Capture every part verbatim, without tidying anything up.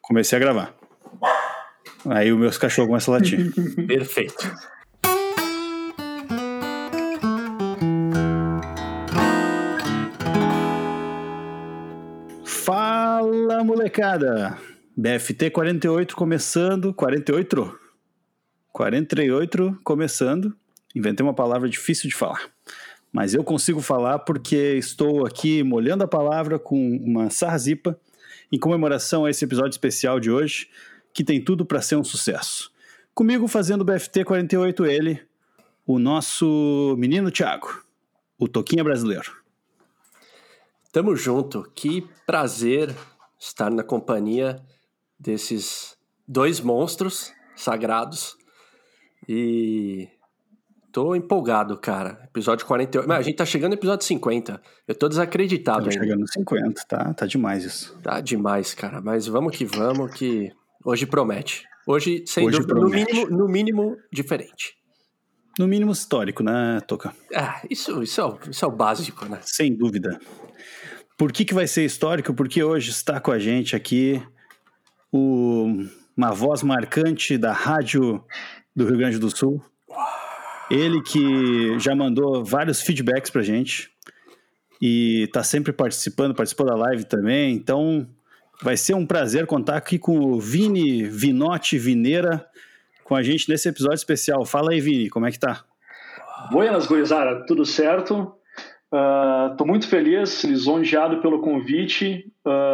Comecei a gravar. Aí o meu cachorro começa a latir. Perfeito. Fala, molecada! B F T quarenta e oito começando. quarenta e oito? quarenta e oito começando. Inventei uma palavra difícil de falar. Mas eu consigo falar porque estou aqui molhando a palavra com uma sarzipa em comemoração a esse episódio especial de hoje, que tem tudo para ser um sucesso. Comigo fazendo o B F T quarenta e oito, ele, o nosso menino Thiago, o Toquinha brasileiro. Tamo junto. Que prazer estar na companhia desses dois monstros sagrados. E tô empolgado, cara. Episódio quarenta e oito. Mas a gente tá chegando no episódio cinquenta. Eu tô desacreditado Estamos ainda. chegando no cinquenta, tá? Tá demais isso. Tá demais, cara. Mas vamos que vamos, que hoje promete. Hoje, sem Hoje dúvida, promete. no mínimo, no mínimo diferente. No mínimo histórico, né, Toca? Ah, isso, isso, é, o, isso é o básico, né? Sem dúvida. Por que que vai ser histórico? Porque hoje está com a gente aqui o, uma voz marcante da rádio do Rio Grande do Sul. Ele que já mandou vários feedbacks pra gente e tá sempre participando, participou da live também. Então vai ser um prazer contar aqui com o Vini Vinotti Vineira com a gente nesse episódio especial. Fala aí, Vini, como é que tá? Buenas, gurizada, tudo certo? Estou uh, muito feliz, lisonjeado pelo convite.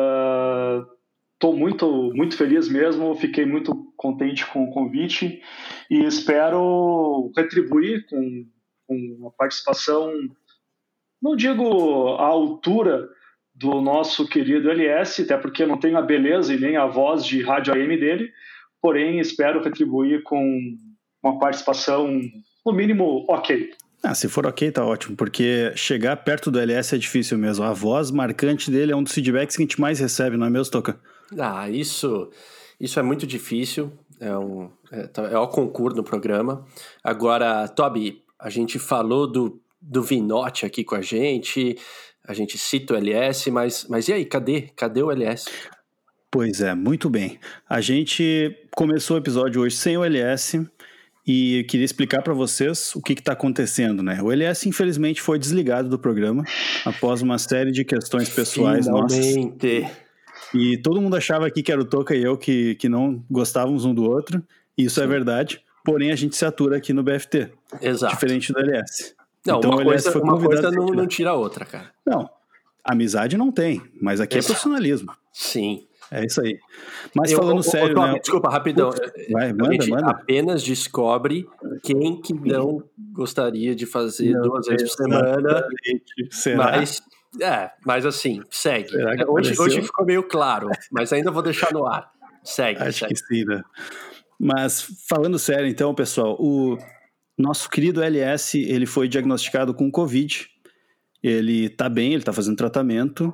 Estou uh, muito, muito feliz mesmo, fiquei muito contente com o convite e espero retribuir com, com a participação, não digo à altura do nosso querido L S, até porque eu não tenho a beleza e nem a voz de rádio A M dele, porém espero retribuir com uma participação, no mínimo, ok. Ah, se for ok, tá ótimo, porque chegar perto do L S é difícil mesmo. A voz marcante dele é um dos feedbacks que a gente mais recebe, não é mesmo, Toca? Ah, isso, isso é muito difícil, é, um, é, é o concurso no programa. Agora, Toby, a gente falou do, do Vinotti aqui com a gente, a gente cita o L S, mas, mas e aí, cadê? Cadê o L S? Pois é, muito bem. A gente começou o episódio hoje sem o L S e queria explicar para vocês o que está acontecendo, né? O L S, infelizmente, foi desligado do programa após uma série de questões pessoais Finalmente. nossas. E todo mundo achava aqui que era o Toca e eu que, que não gostávamos um do outro, e isso Sim. é verdade, porém a gente se atura aqui no B F T. Exato. Diferente do L S. Não, então uma o L S coisa, foi uma convidado coisa não, não tira a outra, cara. Não, amizade não tem, mas aqui Exato. É profissionalismo. Sim. É isso aí. Mas eu, falando ô, sério, ô, Toby, né? Desculpa, rapidão. Vai, manda, a gente manda. apenas descobre quem que não gostaria de fazer não, duas vezes por semana. Será? Mas, é, mas assim, segue. Será Hoje, hoje ficou meio claro, mas ainda vou deixar no ar. Segue, Acho segue. que sim, né? Mas falando sério, então, pessoal, o nosso querido L S, ele foi diagnosticado com Covid. Ele tá bem, ele tá fazendo tratamento,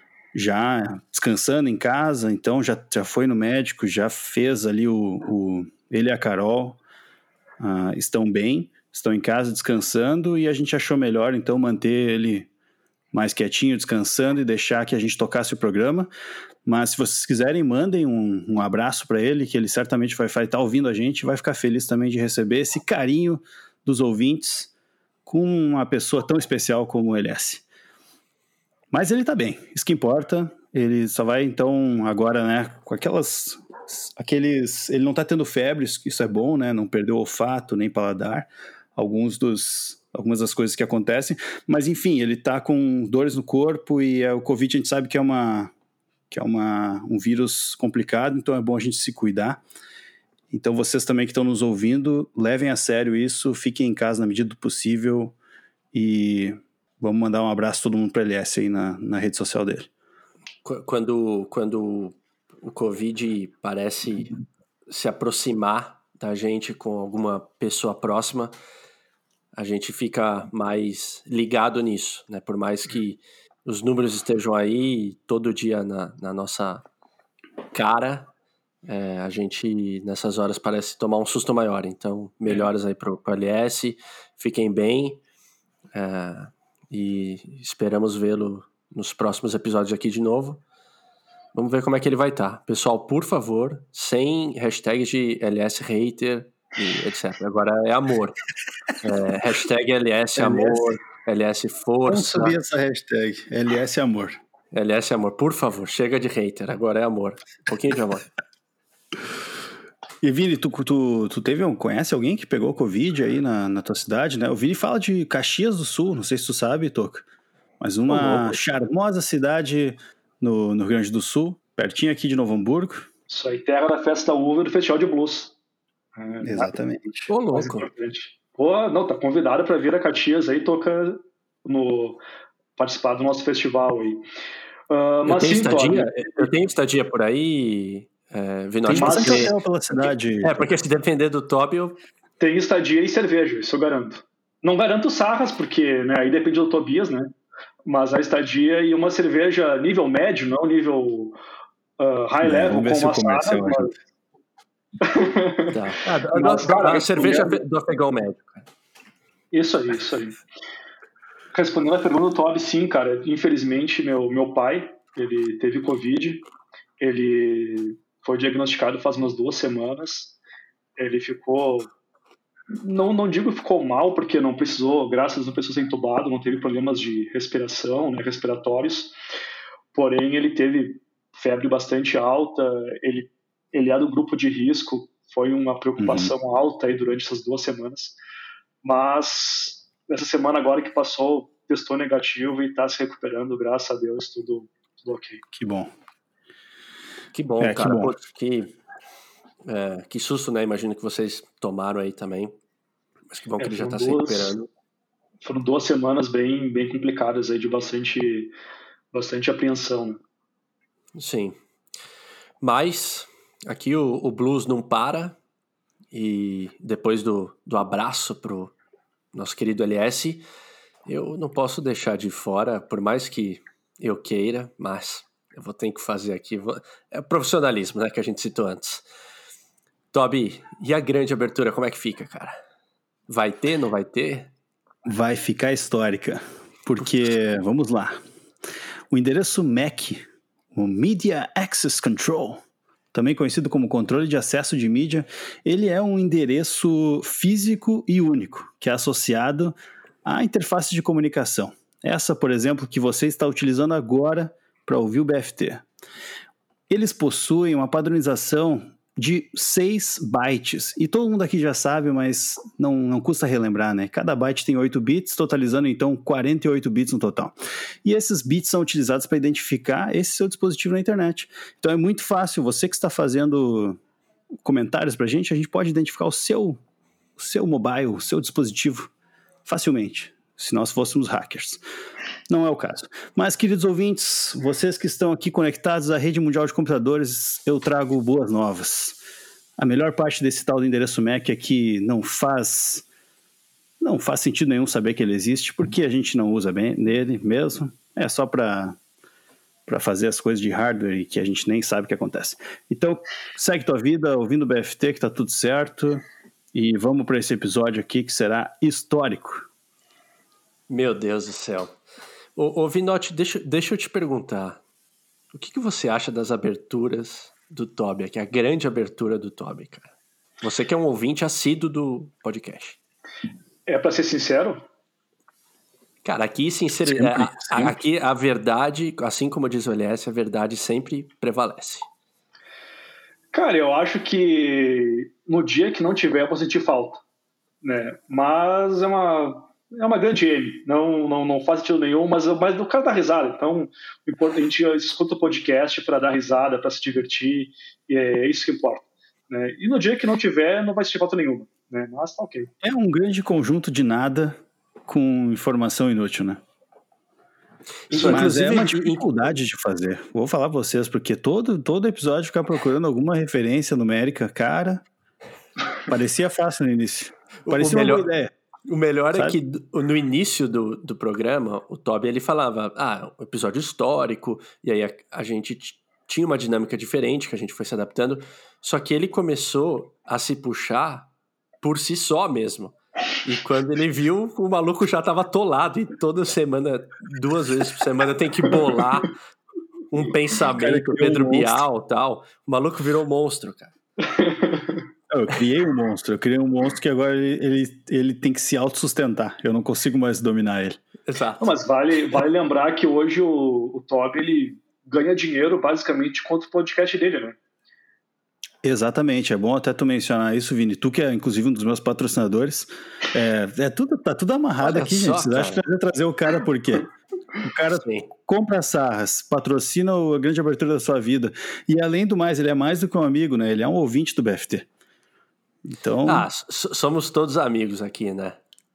já descansando em casa, então já, já foi no médico, já fez ali o... o ele e a Carol uh, estão bem, estão em casa descansando e a gente achou melhor, então, manter ele mais quietinho, descansando e deixar que a gente tocasse o programa. Mas se vocês quiserem, mandem um, um abraço para ele, que ele certamente vai estar ouvindo a gente e vai ficar feliz também de receber esse carinho dos ouvintes com uma pessoa tão especial como o L S. Mas ele tá bem, isso que importa. Ele só vai, então, agora, né, com aquelas... aqueles... Ele não tá tendo febre, isso é bom, né? Não perdeu olfato nem paladar. Alguns dos... algumas das coisas que acontecem. Mas, enfim, ele tá com dores no corpo e é, o Covid a gente sabe que é, uma, que é uma, um vírus complicado, então é bom a gente se cuidar. Então, vocês também que estão nos ouvindo, levem a sério isso, fiquem em casa na medida do possível e... Vamos mandar um abraço todo mundo para ele aí na, na rede social dele. Quando, quando o Covid parece se aproximar da gente com alguma pessoa próxima, a gente fica mais ligado nisso, né? Por mais que os números estejam aí todo dia na, na nossa cara, é, a gente nessas horas parece tomar um susto maior. Então, melhoras aí para o L S, fiquem bem. É, e esperamos vê-lo nos próximos episódios aqui de novo. Vamos ver como é que ele vai estar. Pessoal, por favor, sem hashtags de L S hater e etcétera. Agora é amor. É, hashtag L S amor, L S força. Vamos subir essa hashtag, L S amor. L S amor, por favor, chega de hater, agora é amor. Um pouquinho de amor. E Vini, tu, tu, tu teve um, conhece alguém que pegou Covid aí na, na tua cidade, né? O Vini fala de Caxias do Sul, não sei se tu sabe, Toca, mas uma charmosa cidade no, no Rio Grande do Sul, pertinho aqui de Novo Hamburgo. Isso aí, terra da festa da uva e do festival de blues. É, exatamente. Ô, louco. Pô, não, tá convidado para vir a Caxias aí, toca no participar do nosso festival aí. Uh, mas eu, tenho sim, estadia, Todd, eu tenho estadia por aí, é, Vinote. Tem bastante porque, hotel pela cidade. É, porque se depender do Toby, eu... Tem estadia e cerveja, isso eu garanto. Não garanto sarras, porque né, aí depende do Tobias, né? Mas a estadia e uma cerveja nível médio, não nível uh, high é, level, com uma sarra. Mas... tá. ah, mas, do, cara, a cerveja do afegão médio. Cara. Isso aí, isso aí. Respondendo a pergunta do Toby, sim, cara. Infelizmente, meu, meu pai, ele teve Covid. Ele foi diagnosticado faz umas duas semanas. Ele ficou... Não, não digo que ficou mal, porque não precisou, graças a Deus, não precisou ser entubado, não teve problemas de respiração, né, respiratórios. Porém, ele teve febre bastante alta, ele, ele é do grupo de risco, foi uma preocupação uhum. alta aí durante essas duas semanas. Mas, nessa semana agora que passou, testou negativo e está se recuperando, graças a Deus, tudo, tudo ok. Que bom. Que bom, é, cara. Que, bom. Pô, que... É, que susto, né? Imagino que vocês tomaram aí também. Mas que bom que é, ele já tá duas, se recuperando. Foram duas semanas bem, bem complicadas aí, de bastante, bastante apreensão. Sim. Mas aqui o, o blues não para. E depois do, do abraço pro nosso querido L S, eu não posso deixar de fora, por mais que eu queira, mas eu vou ter que fazer aqui. Vou, é profissionalismo, né? Que a gente citou antes. Toby, e a grande abertura, como é que fica, cara? Vai ter, não vai ter? Vai ficar histórica, porque, vamos lá, o endereço M A C, o Media Access Control, também conhecido como controle de acesso de mídia, ele é um endereço físico e único, que é associado à interface de comunicação. Essa, por exemplo, que você está utilizando agora para ouvir o B F T. Eles possuem uma padronização de seis bytes, e todo mundo aqui já sabe, mas não, não custa relembrar, né? Cada byte tem oito bits, totalizando então quarenta e oito bits no total. E esses bits são utilizados para identificar esse seu dispositivo na internet. Então é muito fácil, você que está fazendo comentários para a gente, a gente pode identificar o seu, o seu mobile, o seu dispositivo facilmente, se nós fôssemos hackers. Não é o caso. Mas, queridos ouvintes, vocês que estão aqui conectados à rede mundial de computadores, eu trago boas novas. A melhor parte desse tal do endereço M A C é que não faz, não faz sentido nenhum saber que ele existe, porque a gente não usa bem nele mesmo. É só para para fazer as coisas de hardware e que a gente nem sabe o que acontece. Então, segue tua vida ouvindo o B F T, que tá tudo certo. E vamos para esse episódio aqui que será histórico. Meu Deus do céu. Ô, ô Vinote, deixa, deixa eu te perguntar. O que, que você acha das aberturas do Toby aqui? A grande abertura do Toby, cara. Você que é um ouvinte assíduo do podcast. É pra ser sincero? Cara, aqui, sinceridade, sempre, sempre. aqui a verdade, assim como diz o L S, a verdade sempre prevalece. Cara, eu acho que no dia que não tiver, eu vou sentir falta. Né? Mas é uma... É uma grande M, não, não, não faz sentido nenhum, mas, mas o cara dá risada, então a gente escuta o podcast para dar risada, para se divertir, e é isso que importa. Né? E no dia que não tiver, não vai sentir falta nenhuma, né? Mas tá ok. É um grande conjunto de nada com informação inútil, né? Isso, mas é uma dificuldade de fazer. Vou falar pra vocês, porque todo, todo episódio ficar procurando alguma referência numérica, cara, parecia fácil no início. Parecia melhor... uma boa ideia. O melhor Sabe? é que no início do, do programa, o Toby ele falava, ah, um episódio histórico, e aí a, a gente t- tinha uma dinâmica diferente, que a gente foi se adaptando, só que ele começou a se puxar por si só mesmo. E quando ele viu, o maluco já estava atolado, e toda semana, duas vezes por semana, tem que bolar um pensamento, Pedro um Bial e tal. O maluco virou um monstro, cara. Eu criei um monstro, eu criei um monstro que agora ele, ele, ele tem que se autossustentar. Eu não consigo mais dominar ele. Exato. Não, mas vale, vale lembrar que hoje o, o Toby, ele ganha dinheiro basicamente contra o podcast dele, né? Exatamente, é bom até tu mencionar isso, Vini. Tu que é inclusive um dos meus patrocinadores. É, é tudo, tá tudo amarrado. Olha aqui, só, gente. Vocês acham que eu trazer o cara por quê? O cara Sim. compra sarras, patrocina a grande abertura da sua vida. E além do mais, ele é mais do que um amigo, né? Ele é um ouvinte do B F T. Então... Ah, somos todos amigos aqui, né?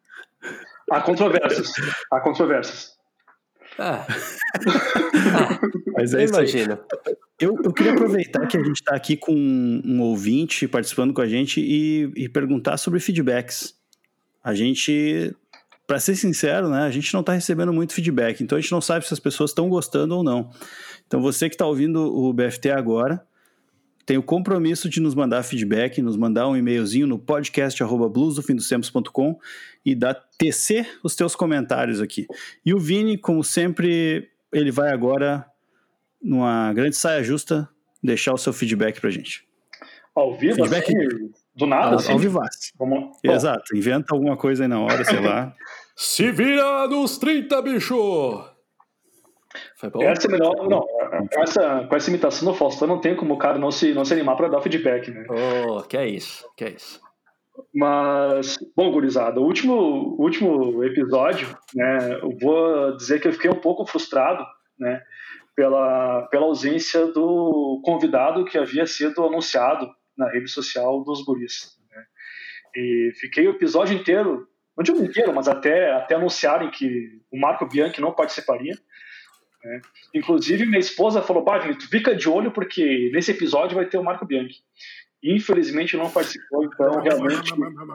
Há controvérsias. Há controvérsias. Ah. ah, Mas é imagina. Eu, eu queria aproveitar que a gente está aqui com um, um ouvinte participando com a gente e, e perguntar sobre feedbacks. A gente, para ser sincero, né, a gente não está recebendo muito feedback, então a gente não sabe se as pessoas estão gostando ou não. Então você que está ouvindo o B F T agora, tem o compromisso de nos mandar feedback, nos mandar um e-mailzinho no podcast arroba blues do fim dos tempos ponto com e dar tecer os teus comentários aqui. E o Vini, como sempre, ele vai agora, numa grande saia justa, deixar o seu feedback pra gente. Ao vivo, feedback assim, do nada? Ao, assim? ao vivaço. Vamos... Exato, inventa alguma coisa aí na hora, sei lá. Se vira nos trinta, bicho! Foi bom? Essa, é melhor, não, com, essa, com essa imitação do Faustão não tem como o cara não se, não se animar para dar feedback, né? Oh, que é isso, que é isso. Mas, bom, gurizada, o último, o último episódio, né, eu vou dizer que eu fiquei um pouco frustrado, né, pela, pela ausência do convidado que havia sido anunciado na rede social dos guris, né? E fiquei o episódio inteiro, não digo inteiro, mas até, até anunciarem que o Marco Bianchi não participaria. É. Inclusive minha esposa falou: bah, tu fica de olho porque nesse episódio vai ter o Marco Bianchi. Infelizmente não participou, então realmente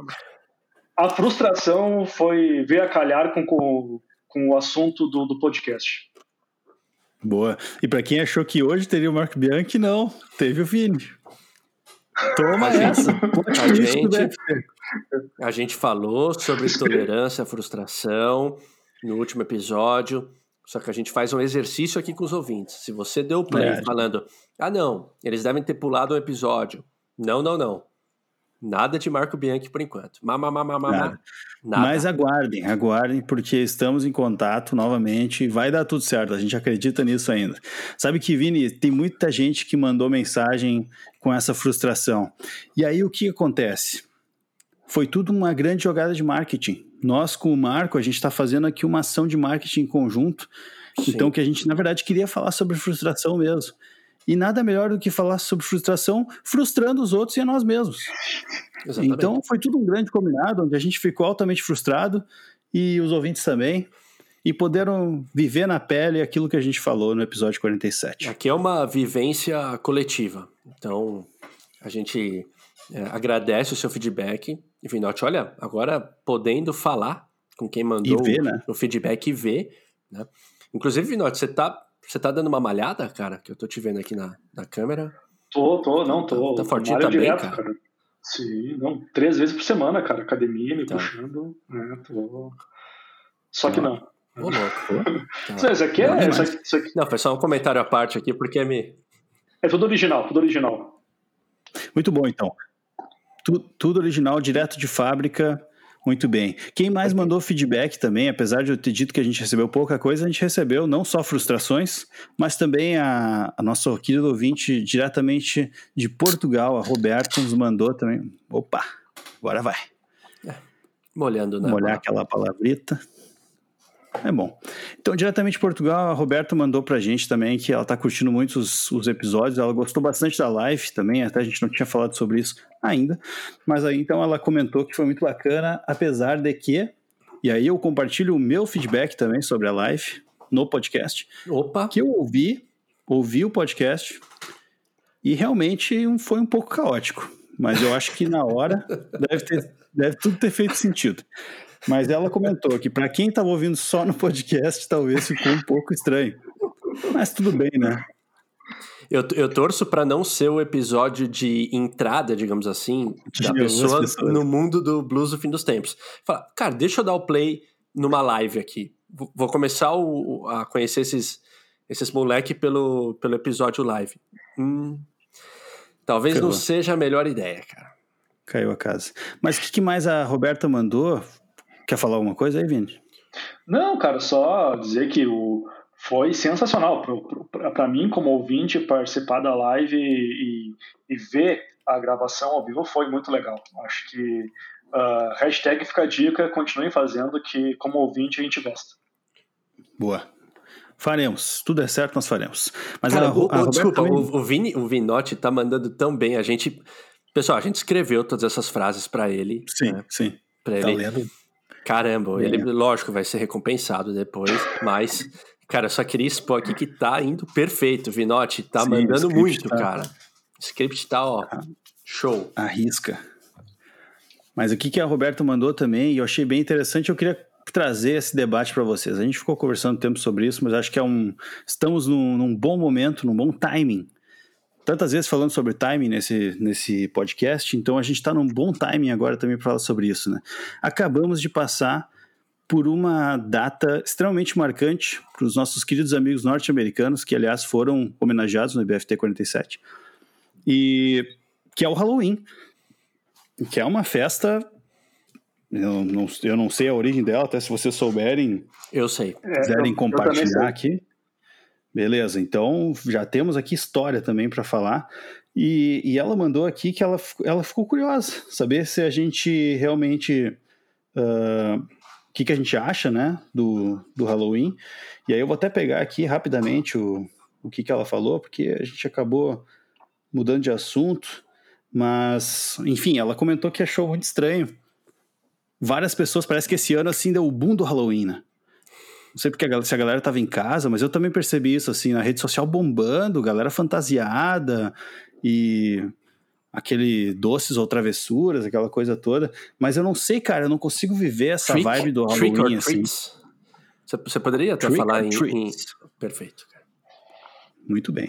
a frustração foi ver a calhar com, com, com o assunto do, do podcast. Boa. E para quem achou que hoje teria o Marco Bianchi, não, teve o Vini. Toma a essa. Gente, a, gente, a gente falou sobre tolerância à frustração no último episódio. Só que a gente faz um exercício aqui com os ouvintes. Se você deu play é. falando, ah não, eles devem ter pulado um episódio. Não, não, não. Nada de Marco Bianchi por enquanto. Má, má, má, má, Nada. Nada. Mas aguardem, aguardem, porque estamos em contato novamente e vai dar tudo certo. A gente acredita nisso ainda. Sabe que, Vini, tem muita gente que mandou mensagem com essa frustração. E aí o que acontece? Foi tudo uma grande jogada de marketing. Nós, com o Marco, a gente está fazendo aqui uma ação de marketing em conjunto. Sim. Então, que a gente, na verdade, queria falar sobre frustração mesmo. E nada melhor do que falar sobre frustração frustrando os outros e a nós mesmos. Exatamente. Então, foi tudo um grande combinado, onde a gente ficou altamente frustrado e os ouvintes também, e puderam viver na pele aquilo que a gente falou no episódio quarenta e sete. Aqui é uma vivência coletiva. Então, a gente é, agradece o seu feedback. E, Vinote, olha, agora podendo falar com quem mandou ver, né? o feedback e ver, né? Inclusive, Vinote, você tá, você tá dando uma malhada, cara? Que eu tô te vendo aqui na, na câmera. Tô, tô, não, tô. Tá, tá fortinho também, direto, cara? cara? Sim, não, três vezes por semana, cara. Academia, me tá. puxando, né? Tô... Só que não. Ô, louco. Tá. Isso aqui é... Não, isso aqui, isso aqui... não, foi só um comentário à parte aqui, porque me... É tudo original, tudo original. Muito bom, então. Tudo, tudo original, direto de fábrica. Muito bem. Quem mais mandou feedback também, apesar de eu ter dito que a gente recebeu pouca coisa, a gente recebeu não só frustrações, mas também a, a nossa querida ouvinte diretamente de Portugal, a Roberta, nos mandou também. Opa, agora vai. É, molhando, né? Molhar aquela palavrita. É bom. Então, diretamente de Portugal, a Roberta mandou pra gente também que ela tá curtindo muito os, os episódios, ela gostou bastante da live também, até a gente não tinha falado sobre isso ainda, mas aí então ela comentou que foi muito bacana, apesar de que, e aí eu compartilho o meu feedback também sobre a live no podcast. Opa! Que eu ouvi, ouvi o podcast e realmente foi um pouco caótico, mas eu acho que na hora deve, ter, deve tudo ter feito sentido. Mas ela comentou que para quem estava ouvindo só no podcast, talvez ficou um pouco estranho. Mas tudo bem, né? Eu, eu torço para não ser o episódio de entrada, digamos assim, da pessoa no mundo do blues do fim dos tempos. Fala, cara, deixa eu dar o play numa live aqui. Vou começar o, a conhecer esses, esses moleque pelo, pelo episódio live. Hum, talvez Ferrou. não seja a melhor ideia, cara. Caiu a casa. Mas o que, que mais a Roberta mandou? Quer falar alguma coisa aí, Vini? Não, cara, só dizer que o, foi sensacional. Para mim, como ouvinte, participar da live e, e ver a gravação ao vivo foi muito legal. Acho que uh, hashtag fica a dica, continuem fazendo, que como ouvinte a gente gosta. Boa. Faremos. Tudo é certo, nós faremos. Mas cara, a, o, a o, desculpa, também... o, o, Vini, o Vinotti tá mandando tão bem. A gente... Pessoal, a gente escreveu todas essas frases para ele. Sim, né? sim. Pra Tá ele. lendo. Caramba, Bem, ele, né? lógico, vai ser recompensado depois, mas, cara, eu só queria expor aqui que tá indo perfeito, Vinotti, tá Sim, mandando muito, tá... cara. O script tá, ó, show. Arrisca. Mas o que, que a Roberta mandou também, e eu achei bem interessante, eu queria trazer esse debate para vocês. A gente ficou conversando um tempo sobre isso, mas acho que é um... estamos num, num bom momento, num bom timing. Tantas vezes falando sobre timing nesse, nesse podcast, então a gente está num bom timing agora também para falar sobre isso, né? Acabamos de passar por uma data extremamente marcante para os nossos queridos amigos norte-americanos, que aliás foram homenageados no I B F T quarenta e sete, e que é o Halloween, que é uma festa, eu não, eu não sei a origem dela, até se vocês souberem, eu sei. quiserem É, eu, compartilhar eu aqui. Beleza, então já temos aqui história também para falar. E, e ela mandou aqui que ela, ela ficou curiosa, saber se a gente realmente... Uh, o que, que a gente acha, né, do, do Halloween. E aí eu vou até pegar aqui rapidamente o, o que, que ela falou, porque a gente acabou mudando de assunto. Mas, enfim, ela comentou que achou muito estranho. Várias pessoas, parece que esse ano, assim, deu o boom do Halloween, né? Não sei porque a, se a galera tava em casa, mas eu também percebi isso, assim, na rede social bombando, galera fantasiada e aquele doces ou travessuras, aquela coisa toda. Mas eu não sei, cara, eu não consigo viver essa Trick, vibe do trick Halloween, or assim. treats? Você, você poderia até Trick falar or em, em... Perfeito, cara. Muito bem.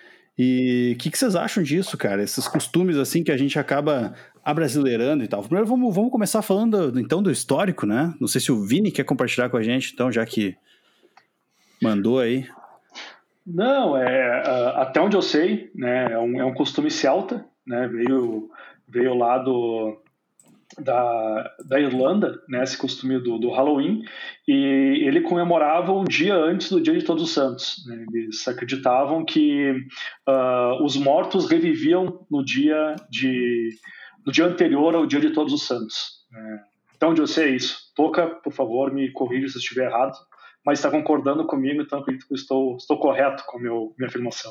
E o que, que vocês acham disso, cara? Esses costumes, assim, que a gente acaba abrasileirando e tal. Primeiro, vamos, vamos começar falando, do, então, do histórico, né? Não sei se o Vini quer compartilhar com a gente, então, já que mandou aí. Não, é, até onde eu sei, né, é um, é um costume celta, né, veio, veio lá do, da, da Irlanda, né, esse costume do, do Halloween, e ele comemorava um dia antes do Dia de Todos os Santos. Né, eles acreditavam que uh, os mortos reviviam no dia, de, no dia anterior ao Dia de Todos os Santos. Né. Até onde eu sei é isso. Toca, por favor, me corrija se eu estiver errado, mas está concordando comigo, então acredito que eu estou, estou correto com a meu, minha afirmação.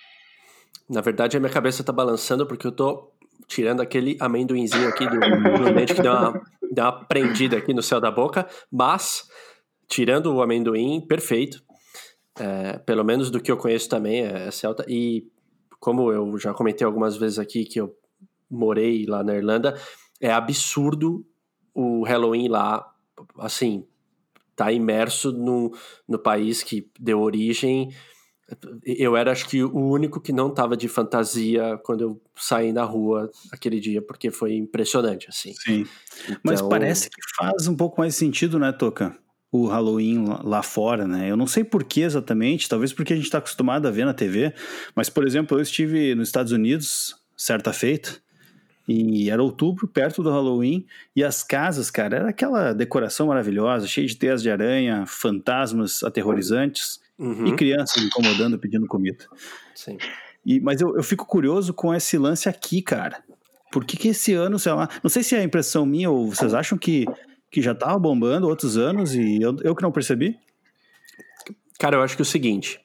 Na verdade, a minha cabeça está balançando porque eu estou tirando aquele amendoinzinho aqui do, do dente que deu uma, deu uma prendida aqui no céu da boca, mas, tirando o amendoim, perfeito. É, pelo menos do que eu conheço também, é, é celta. E como eu já comentei algumas vezes aqui que eu morei lá na Irlanda, é absurdo o Halloween lá, assim... tá imerso no, no país que deu origem. Eu era, acho que, o único que não tava de fantasia quando eu saí na rua aquele dia, porque foi impressionante, assim. Sim, então... mas parece que faz um pouco mais sentido, né, Toca? O Halloween lá fora, né? Eu não sei por que exatamente, talvez porque a gente tá acostumado a ver na T V, mas, por exemplo, eu estive nos Estados Unidos, certa feita, e era outubro, perto do Halloween, e as casas, cara, era aquela decoração maravilhosa, cheia de teias de aranha, fantasmas aterrorizantes, uhum. e crianças incomodando, pedindo comida. Sim. E, mas eu, eu fico curioso com esse lance aqui, cara. Por que que esse ano, sei lá, não sei se é a impressão minha ou vocês acham que, que já tava bombando outros anos e eu, eu que não percebi? Cara, eu acho que é o seguinte,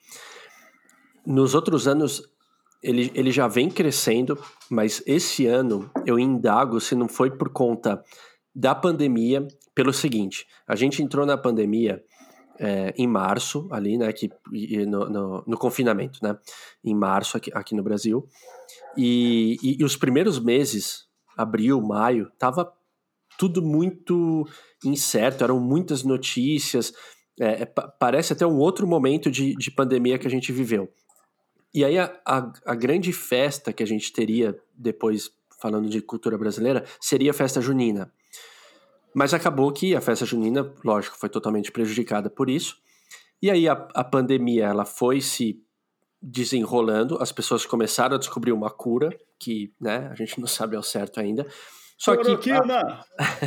nos outros anos ele, ele já vem crescendo, mas esse ano eu indago se não foi por conta da pandemia, pelo seguinte, a gente entrou na pandemia é, em março, ali, né, que, no, no, no confinamento, né, em março aqui, aqui no Brasil, e, e, e os primeiros meses, abril, maio, tava tudo muito incerto, eram muitas notícias, é, parece até um outro momento de, de pandemia que a gente viveu. E aí a, a, a grande festa que a gente teria depois, falando de cultura brasileira, seria a festa junina. Mas acabou que a festa junina, lógico, foi totalmente prejudicada por isso. E aí a, a pandemia ela foi se desenrolando, as pessoas começaram a descobrir uma cura, que, né, a gente não sabe ao certo ainda. Só Cloroquina!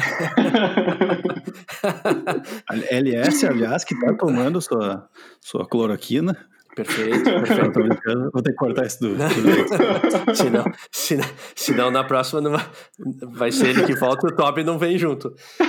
Que... L S, aliás, que tá tomando sua, sua cloroquina. Perfeito, perfeito. Vou ter que cortar isso do, do senão, senão, senão na próxima não vai, vai ser ele que volta e o Toby não vem junto.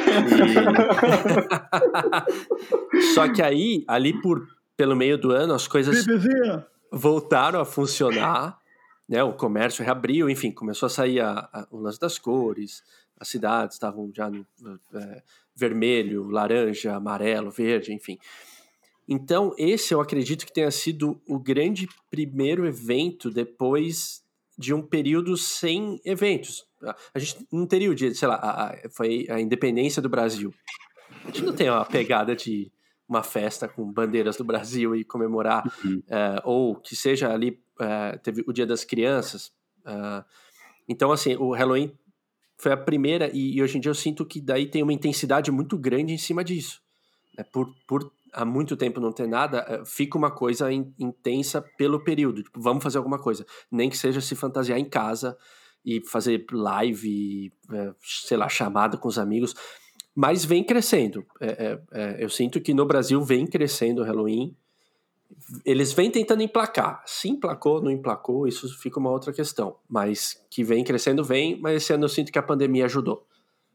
E... Só que aí, ali por, pelo meio do ano, as coisas Bebezinha. voltaram a funcionar, né? O comércio reabriu, enfim, começou a sair a, a, o lance das cores, as cidades estavam já no é, vermelho, laranja, amarelo, verde, enfim. Então, esse eu acredito que tenha sido o grande primeiro evento depois de um período sem eventos. A gente não teria o dia, sei lá, a, a, foi a independência do Brasil. A gente não tem uma pegada de uma festa com bandeiras do Brasil e comemorar, uhum. uh, ou que seja ali, uh, teve o Dia das Crianças. Uh, então, assim, o Halloween foi a primeira, e, e hoje em dia eu sinto que daí tem uma intensidade muito grande em cima disso. Né? Por, por há muito tempo não ter nada, fica uma coisa in, intensa pelo período. Tipo, vamos fazer alguma coisa. Nem que seja se fantasiar em casa e fazer live, é, sei lá, chamada com os amigos. Mas vem crescendo. É, é, é, eu sinto que no Brasil vem crescendo o Halloween. Eles vêm tentando emplacar. Se emplacou, não emplacou, isso fica uma outra questão. Mas que vem crescendo, vem. Mas esse ano eu sinto que a pandemia ajudou.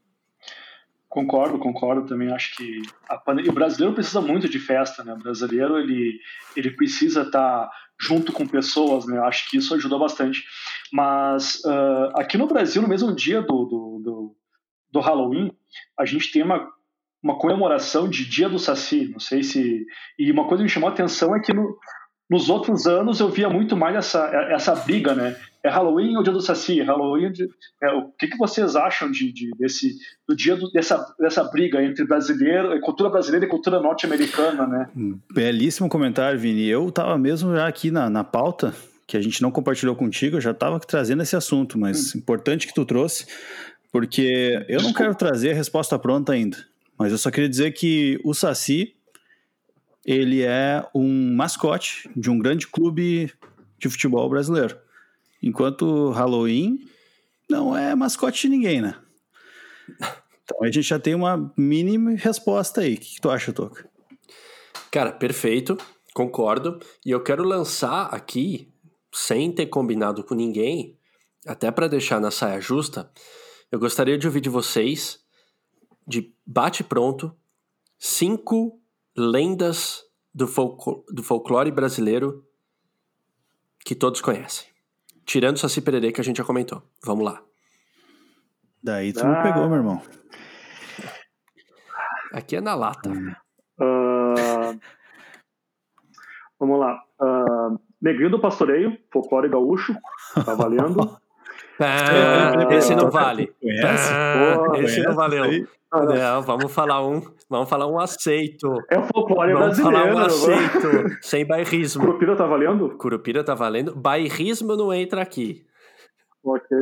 Concordo, concordo também. Acho que a pandemia... o brasileiro precisa muito de festa, né? O brasileiro ele, ele precisa estar junto com pessoas, né? Acho que isso ajudou bastante. Mas uh, aqui no Brasil, no mesmo dia do, do, do, do Halloween, a gente tem uma, uma comemoração de Dia do Saci. Não sei se... E uma coisa que me chamou a atenção é que no, nos outros anos eu via muito mais essa, essa briga, né? É Halloween ou Dia do Saci? Halloween, é, o que, que vocês acham de, de, desse, do dia do, dessa, dessa briga entre brasileiro, cultura brasileira e cultura norte-americana, né? Belíssimo comentário, Vini. Eu estava mesmo já aqui na, na pauta, que a gente não compartilhou contigo, eu já estava trazendo esse assunto, mas hum. importante que tu trouxe, porque eu Desculpa. não quero trazer a resposta pronta ainda, mas eu só queria dizer que o Saci, ele é um mascote de um grande clube de futebol brasileiro. Enquanto Halloween não é mascote de ninguém, né? Então a gente já tem uma mínima resposta aí. O que, que tu acha, Toca? Cara, perfeito, concordo. E eu quero lançar aqui, sem ter combinado com ninguém, até para deixar na saia justa, eu gostaria de ouvir de vocês, de bate-pronto, cinco lendas do, folclore, do folclore brasileiro que todos conhecem. Tirando o Saci Pererê, que a gente já comentou. Vamos lá. Daí tu ah. me pegou, meu irmão. Aqui é na lata. Uh, vamos lá. Uh, Negrinho do Pastoreio, folclore gaúcho. Tá valendo. Ah, esse não vale. Ah, esse não valeu. Não, vamos falar um, vamos falar um aceito. É o folclore vamos brasileiro. Vamos falar um aceito, sem bairrismo. Curupira tá valendo? Curupira tá valendo. Bairrismo não entra aqui. Ok.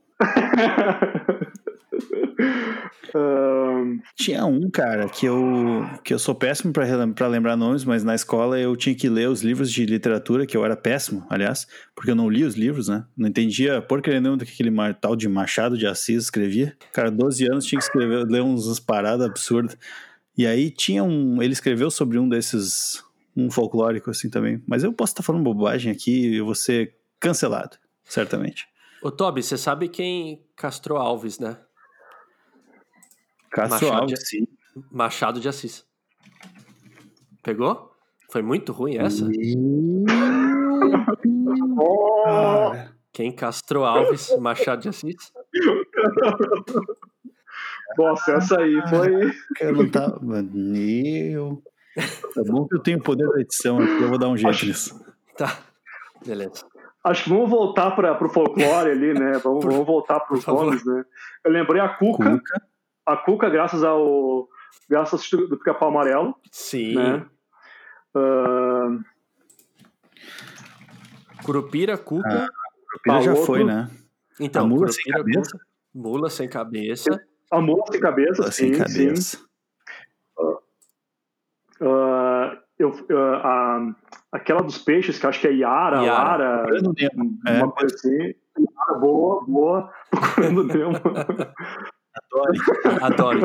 um... Tinha um, cara, que eu, que eu sou péssimo para lembrar nomes, mas na escola eu tinha que ler os livros de literatura, que eu era péssimo, aliás, porque eu não li os livros, né? Não entendia porcaria nenhuma do que aquele tal de Machado de Assis escrevia. Cara, doze anos tinha que escrever, ler uns, uns paradas absurdas. E aí tinha um... Ele escreveu sobre um desses... Um folclórico, assim, também. Mas eu posso estar falando bobagem aqui e eu vou ser cancelado, certamente. Ô, Toby, você sabe quem castrou Alves, né? Castro Machado Alves, de, sim. Machado de Assis. Pegou? Foi muito ruim essa? Oh! Quem castrou Alves, Machado de Assis? Nossa, essa aí foi... Eu não tava... Meu... É bom que eu tenho o poder da edição aqui, eu vou dar um jeito Acho... nisso. Tá, beleza. Acho que vamos voltar para o folclore ali, né? Vamos, por, vamos voltar para os nomes, né? Eu lembrei a Cuca. Cuca. A Cuca, graças ao... Graças ao do Pica-Pau Amarelo. Sim. Né? Uh... Curupira, Cuca. Ah, Curupira já foi, né? Então, a mula Curupira, sem cabeça. Cuca, mula sem cabeça. A mula sem cabeça, mula sim, sem cabeça. Sim. Uh, uh, eu, eu, a, aquela dos peixes, que eu acho que é Yara, Lara, uma é. coisa assim. Yara, boa, boa. Procurando Nemo. Adore. Adore.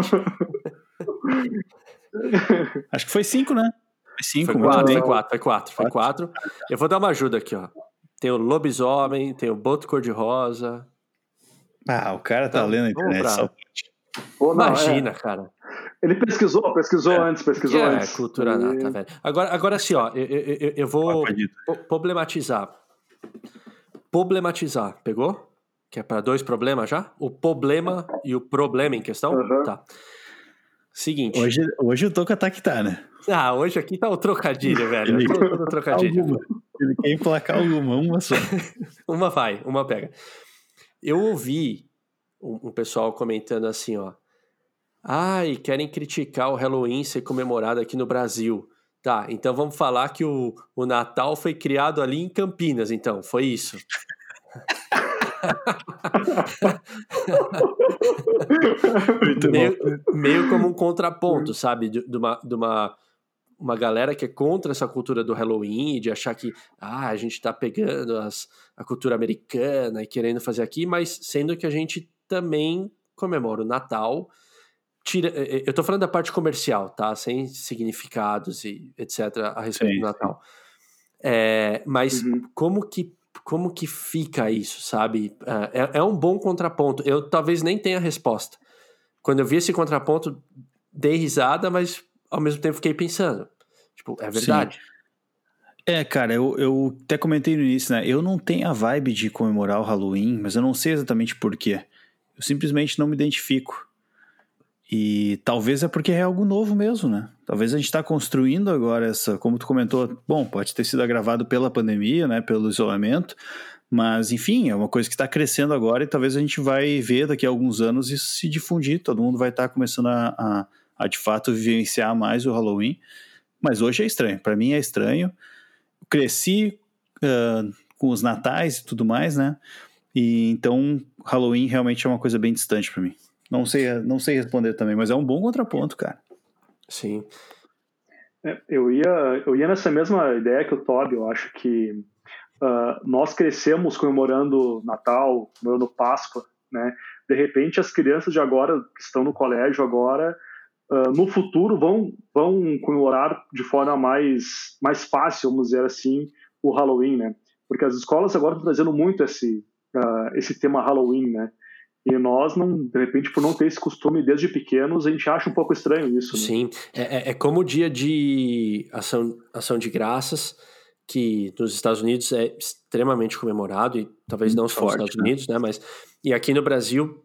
Acho que foi cinco, né? Foi cinco, foi quatro, foi quatro, foi quatro, foi quatro. Eu vou dar uma ajuda aqui, ó. Tem o lobisomem, tem o boto cor-de-rosa. Ah, o cara tá então, lendo a internet. Só... Pô, não, Imagina, é. cara. Ele pesquisou, pesquisou é. antes, pesquisou é, antes. É, cultura nata, velho. Agora, agora assim, ó, eu, eu, eu vou problematizar. Problematizar, pegou? Que é para dois problemas já? O problema e o problema em questão? Uhum. Tá. Seguinte. Hoje, hoje o Toca tá que tá, né? Ah, hoje aqui tá o trocadilho, velho. Eu tô, tô no trocadilho. Alguma. Ele quer emplacar alguma, uma só. Uma vai, uma pega. Eu ouvi um, um pessoal comentando assim, ó. Ai, querem criticar o Halloween ser comemorado aqui no Brasil. Tá, então vamos falar que o, o Natal foi criado ali em Campinas, então. Foi isso. meio, meio como um contraponto, sabe? De, de, uma, de uma, uma galera que é contra essa cultura do Halloween, de achar que ah, a gente tá pegando as, a cultura americana e querendo fazer aqui, mas sendo que a gente também comemora o Natal. Tira, eu tô falando da parte comercial, tá? Sem significados e etcétera a respeito sim, do Natal. É, mas uhum. como que como que fica isso, sabe? É, é um bom contraponto. Eu talvez nem tenha resposta. Quando eu vi esse contraponto, dei risada, mas ao mesmo tempo fiquei pensando. Tipo, é verdade. Sim. É, cara, eu, eu até comentei no início, né? Eu não tenho a vibe de comemorar o Halloween, mas eu não sei exatamente por quê. Eu simplesmente não me identifico. E talvez é porque é algo novo mesmo, né? Talvez a gente está construindo agora essa, como tu comentou, bom, pode ter sido agravado pela pandemia, né, pelo isolamento, mas enfim, é uma coisa que está crescendo agora e talvez a gente vai ver daqui a alguns anos isso se difundir, todo mundo vai estar tá começando a, a, a de fato vivenciar mais o Halloween, mas hoje é estranho, para mim é estranho. Eu cresci uh, com os natais e tudo mais, né? E então Halloween realmente é uma coisa bem distante para mim. Não sei, não sei responder também, mas é um bom contraponto, cara. Sim. É, eu, ia, eu ia nessa mesma ideia que o Toby. Eu acho que uh, nós crescemos comemorando Natal, comemorando Páscoa, né? De repente, as crianças de agora, que estão no colégio agora, uh, no futuro vão, vão comemorar de forma mais, mais fácil, vamos dizer assim, o Halloween, né? Porque as escolas agora estão trazendo muito esse, uh, esse tema Halloween, né? E nós, não, de repente, por não ter esse costume desde pequenos, a gente acha um pouco estranho isso. Né? Sim, é, é como o dia de ação, ação de graças, que nos Estados Unidos é extremamente comemorado, e talvez não só nos Estados né? Unidos, né? Mas, e aqui no Brasil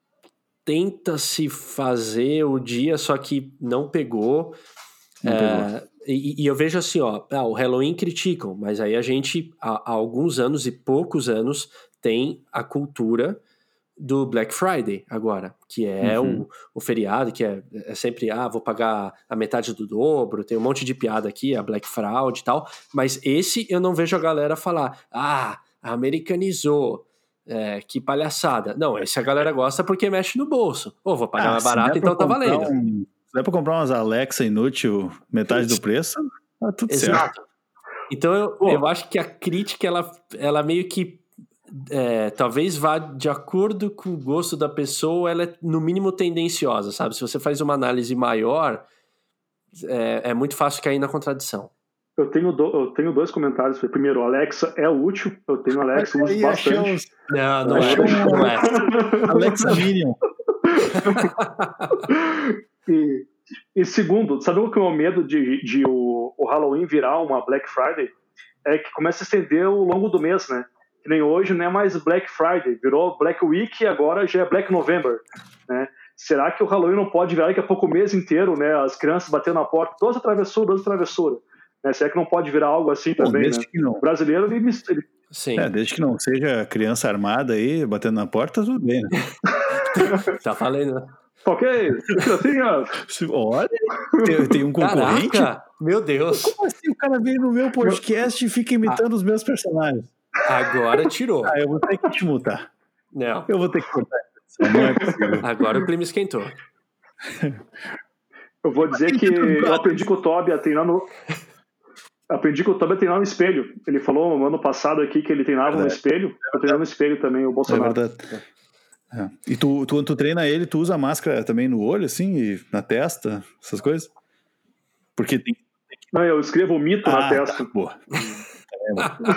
tenta-se fazer o dia, só que não pegou. Não é, pegou. E, e eu vejo assim, ó, ah, o Halloween criticam, mas aí a gente, há, há alguns anos e poucos anos, tem a cultura do Black Friday agora, que é uhum. o, o feriado, que é, é sempre, ah, vou pagar a metade do dobro, tem um monte de piada aqui, a Black Fraud e tal, mas esse eu não vejo a galera falar, ah, americanizou, é, que palhaçada. Não, esse a galera gosta porque mexe no bolso. Ou oh, vou pagar ah, mais barato, então tá valendo. Um, se der pra comprar umas Alexa inútil, metade do preço, tá tudo Exato. certo. Então eu, eu acho que a crítica, ela, ela meio que É, talvez vá de acordo com o gosto da pessoa, ela é no mínimo tendenciosa, sabe? Se você faz uma análise maior, é, é muito fácil cair na contradição. Eu tenho, do, eu tenho dois comentários. Primeiro, Alexa é útil. Eu tenho Alexa, uso bastante. Uns... Não, não é. Não é. Alexa Minion. e, e segundo, sabe o que é o medo de, de o, o Halloween virar uma Black Friday? É que começa a estender ao longo do mês, né? Que nem hoje não é mais Black Friday, virou Black Week e agora já é Black November, né? Será que o Halloween não pode virar daqui a pouco o mês inteiro, né? As crianças batendo na porta, doze travessuras, doze travessuras. Né? Será que não pode virar algo assim Bom, também, né? Que não. O brasileiro, ele... ele... Sim. É, desde que não seja criança armada aí, batendo na porta, tudo bem, né? Tá falando, né? Ok, assim, ó. Olha, tem, tem um concorrente. Caraca, meu Deus. Como assim o cara vem no meu podcast e fica imitando ah. os meus personagens? Agora tirou. Ah, eu vou ter que te multar. Não. Eu vou ter que cortar. Não é possível. Agora o clima esquentou. Eu vou dizer que eu aprendi com o Toby a treinar no... aprendi que o Tub é treinar no espelho. Ele falou no ano passado aqui que ele treinava é no espelho. Eu treino no espelho também, o Bolsonaro. É verdade. É. E tu, tu, tu treina ele, tu usa máscara também no olho, assim, e na testa, essas coisas? Porque tem... Não, eu escrevo o mito ah, na testa. Tá, boa. É,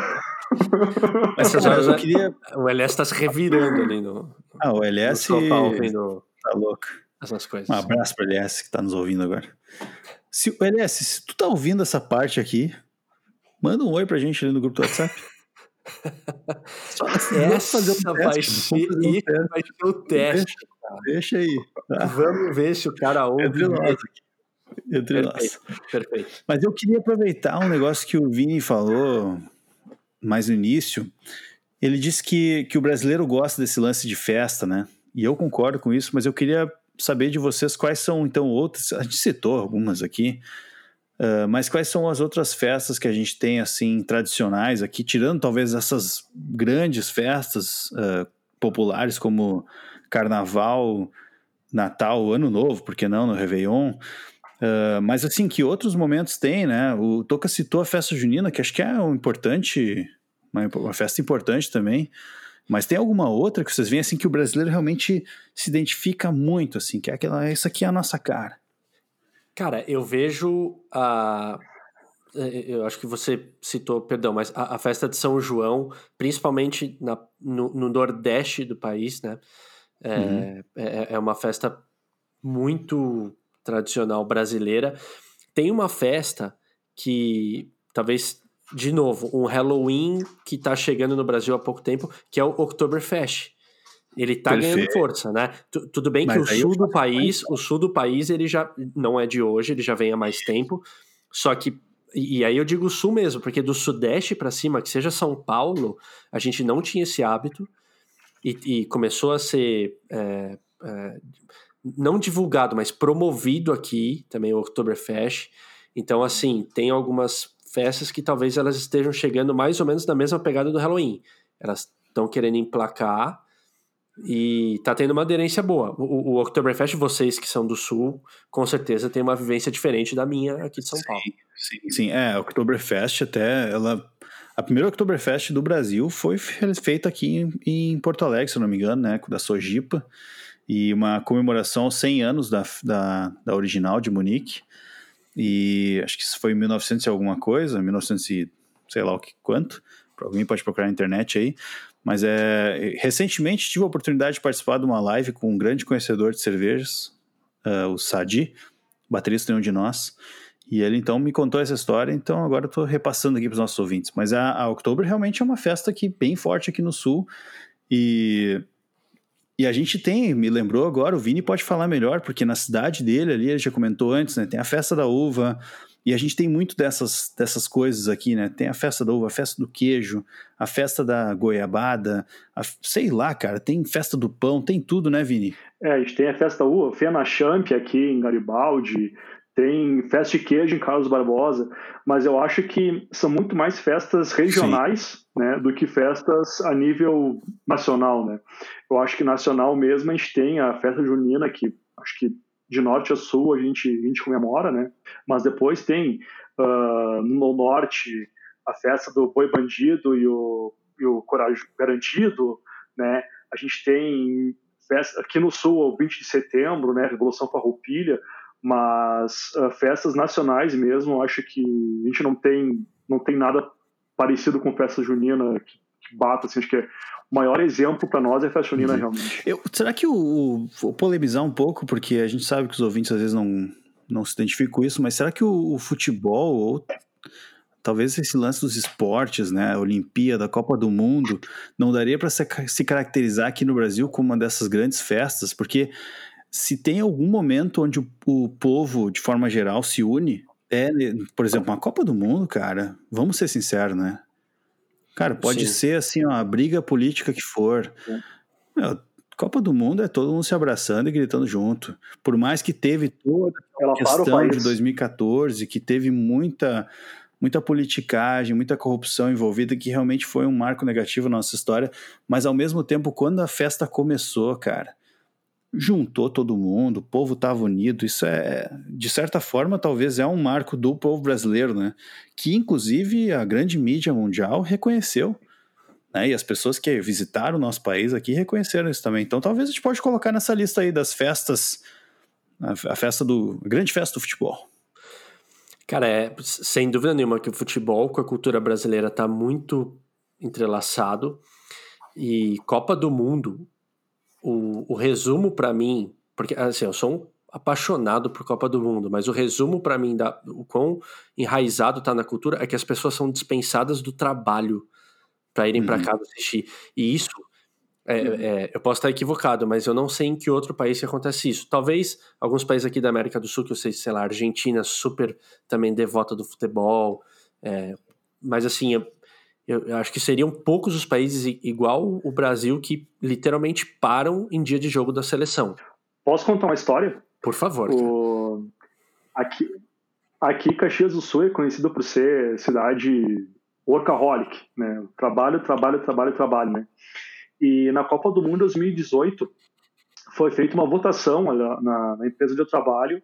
Mas horas eu queria... O L S tá se revirando ali no... Ah, o L S... No sofá, ouvindo... Tá louco. Essas coisas. Um abraço pro L S que tá nos ouvindo agora. Se, L S, se tu tá ouvindo essa parte aqui, manda um oi pra gente ali no grupo do WhatsApp. Só essa fazer um vai, teste, ser, um teste. vai ser o teste. Deixa, deixa aí. Tá? Vamos ver se o cara ouve. Entre nós aqui. Entre perfeito, nós. Perfeito. Mas eu queria aproveitar um negócio que o Vini falou mais no início. Ele disse que, que o brasileiro gosta desse lance de festa, né? E eu concordo com isso, mas eu queria saber de vocês quais são, então, outras... A gente citou algumas aqui, uh, mas quais são as outras festas que a gente tem, assim, tradicionais aqui, tirando talvez essas grandes festas uh, populares como Carnaval, Natal, Ano Novo, por que não, no Réveillon... Uh, mas assim, que outros momentos tem, né? O Toca citou a festa junina, que acho que é um importante, uma, uma festa importante também, mas tem alguma outra que vocês veem assim que o brasileiro realmente se identifica muito, assim, que é aquela, isso aqui é a nossa cara. Cara, eu vejo a... Eu acho que você citou, perdão, mas a, a festa de São João, principalmente na, no, no nordeste do país, né? É, uhum. é, é uma festa muito... tradicional brasileira. Tem uma festa que, talvez, de novo, um Halloween que tá chegando no Brasil há pouco tempo, que é o Oktoberfest. Ele tá Perfeito. ganhando força, né? T- tudo bem Mas que o sul do país, mais... o sul do país, ele já não é de hoje, ele já vem há mais tempo, só que, e, e aí eu digo sul mesmo, porque do sudeste para cima, que seja São Paulo, a gente não tinha esse hábito e, e começou a ser... É, é, não divulgado, mas promovido aqui, também o Oktoberfest. Então, assim, tem algumas festas que talvez elas estejam chegando mais ou menos na mesma pegada do Halloween. Elas estão querendo emplacar e tá tendo uma aderência boa. O, o Oktoberfest, vocês que são do Sul, com certeza tem uma vivência diferente da minha aqui de São sim, Paulo. Sim, sim. É, a Oktoberfest até, ela... A primeira Oktoberfest do Brasil foi feita aqui em, em Porto Alegre, se eu não me engano, né, da Sojipa. E uma comemoração aos cem anos da, da, da original de Munique, e acho que isso foi em mil e novecentos e alguma coisa, mil e novecentos e sei lá o que quanto, alguém pode procurar na internet aí, mas é, recentemente tive a oportunidade de participar de uma live com um grande conhecedor de cervejas, uh, o Sadi, baterista de um de nós, e ele então me contou essa história, então agora eu estou repassando aqui para os nossos ouvintes, mas a, a Oktober realmente é uma festa aqui, bem forte aqui no Sul, e... E a gente tem, me lembrou agora, o Vini pode falar melhor, porque na cidade dele ali, ele já comentou antes, né, tem a festa da uva, e a gente tem muito dessas, dessas coisas aqui, né, tem a festa da uva, a festa do queijo, a festa da goiabada, a, sei lá, cara, tem festa do pão, tem tudo, né, Vini? É, a gente tem a festa da uva, Fena Champ aqui em Garibaldi, tem festa de queijo em Carlos Barbosa, mas eu acho que são muito mais festas regionais, né, do que festas a nível nacional, né? Eu acho que nacional mesmo a gente tem a festa junina, que acho que de norte a sul a gente, a gente comemora, né? Mas depois tem uh, no norte a festa do Boi Bandido e o, e o Corajo Garantido, né? A gente tem festa aqui no sul, o vinte de setembro, né? Revolução Farroupilha, mas uh, festas nacionais mesmo, eu acho que a gente não tem, não tem nada parecido com festa junina que, que bata, assim, acho que é, o maior exemplo para nós é a festa junina, uhum. realmente. Eu, será que o, vou polemizar um pouco, porque a gente sabe que os ouvintes às vezes não, não se identificam com isso, mas será que o, o futebol, ou talvez esse lance dos esportes, né, a Olimpíada, a Copa do Mundo, não daria para se, se caracterizar aqui no Brasil como uma dessas grandes festas? Porque se tem algum momento onde o, o povo, de forma geral, se une, é, por exemplo, uma Copa do Mundo, cara, vamos ser sinceros, né? Cara, pode Sim. ser assim, ó, a briga política que for. É. Meu, Copa do Mundo é todo mundo se abraçando e gritando junto. Por mais que teve toda a questão de dois mil e catorze, que teve muita, muita politicagem, muita corrupção envolvida, que realmente foi um marco negativo na nossa história, mas ao mesmo tempo, quando a festa começou, cara, juntou todo mundo, o povo estava unido. Isso é, de certa forma, talvez é um marco do povo brasileiro, né? Que inclusive a grande mídia mundial reconheceu, né? E as pessoas que visitaram o nosso país aqui reconheceram isso também. Então talvez a gente pode colocar nessa lista aí das festas, a festa do, a grande festa do futebol. Cara, é sem dúvida nenhuma que o futebol com a cultura brasileira está muito entrelaçado, e Copa do Mundo, o, o resumo para mim, porque assim, eu sou um apaixonado por Copa do Mundo, mas o resumo para mim, da, o quão enraizado tá na cultura, é que as pessoas são dispensadas do trabalho para irem uhum. para casa assistir, e isso, é, uhum. é, eu posso estar equivocado, mas eu não sei em que outro país que acontece isso. Talvez alguns países aqui da América do Sul, que eu sei, sei lá, Argentina, super também devota do futebol, é, mas assim, eu, eu acho que seriam poucos os países igual o Brasil que literalmente param em dia de jogo da seleção. Posso contar uma história? Por favor. O... Aqui, aqui Caxias do Sul é conhecido por ser cidade workaholic, né? Trabalho, trabalho, trabalho, trabalho, né? E na Copa do Mundo dois mil e dezoito foi feita uma votação na, na empresa onde eu trabalho,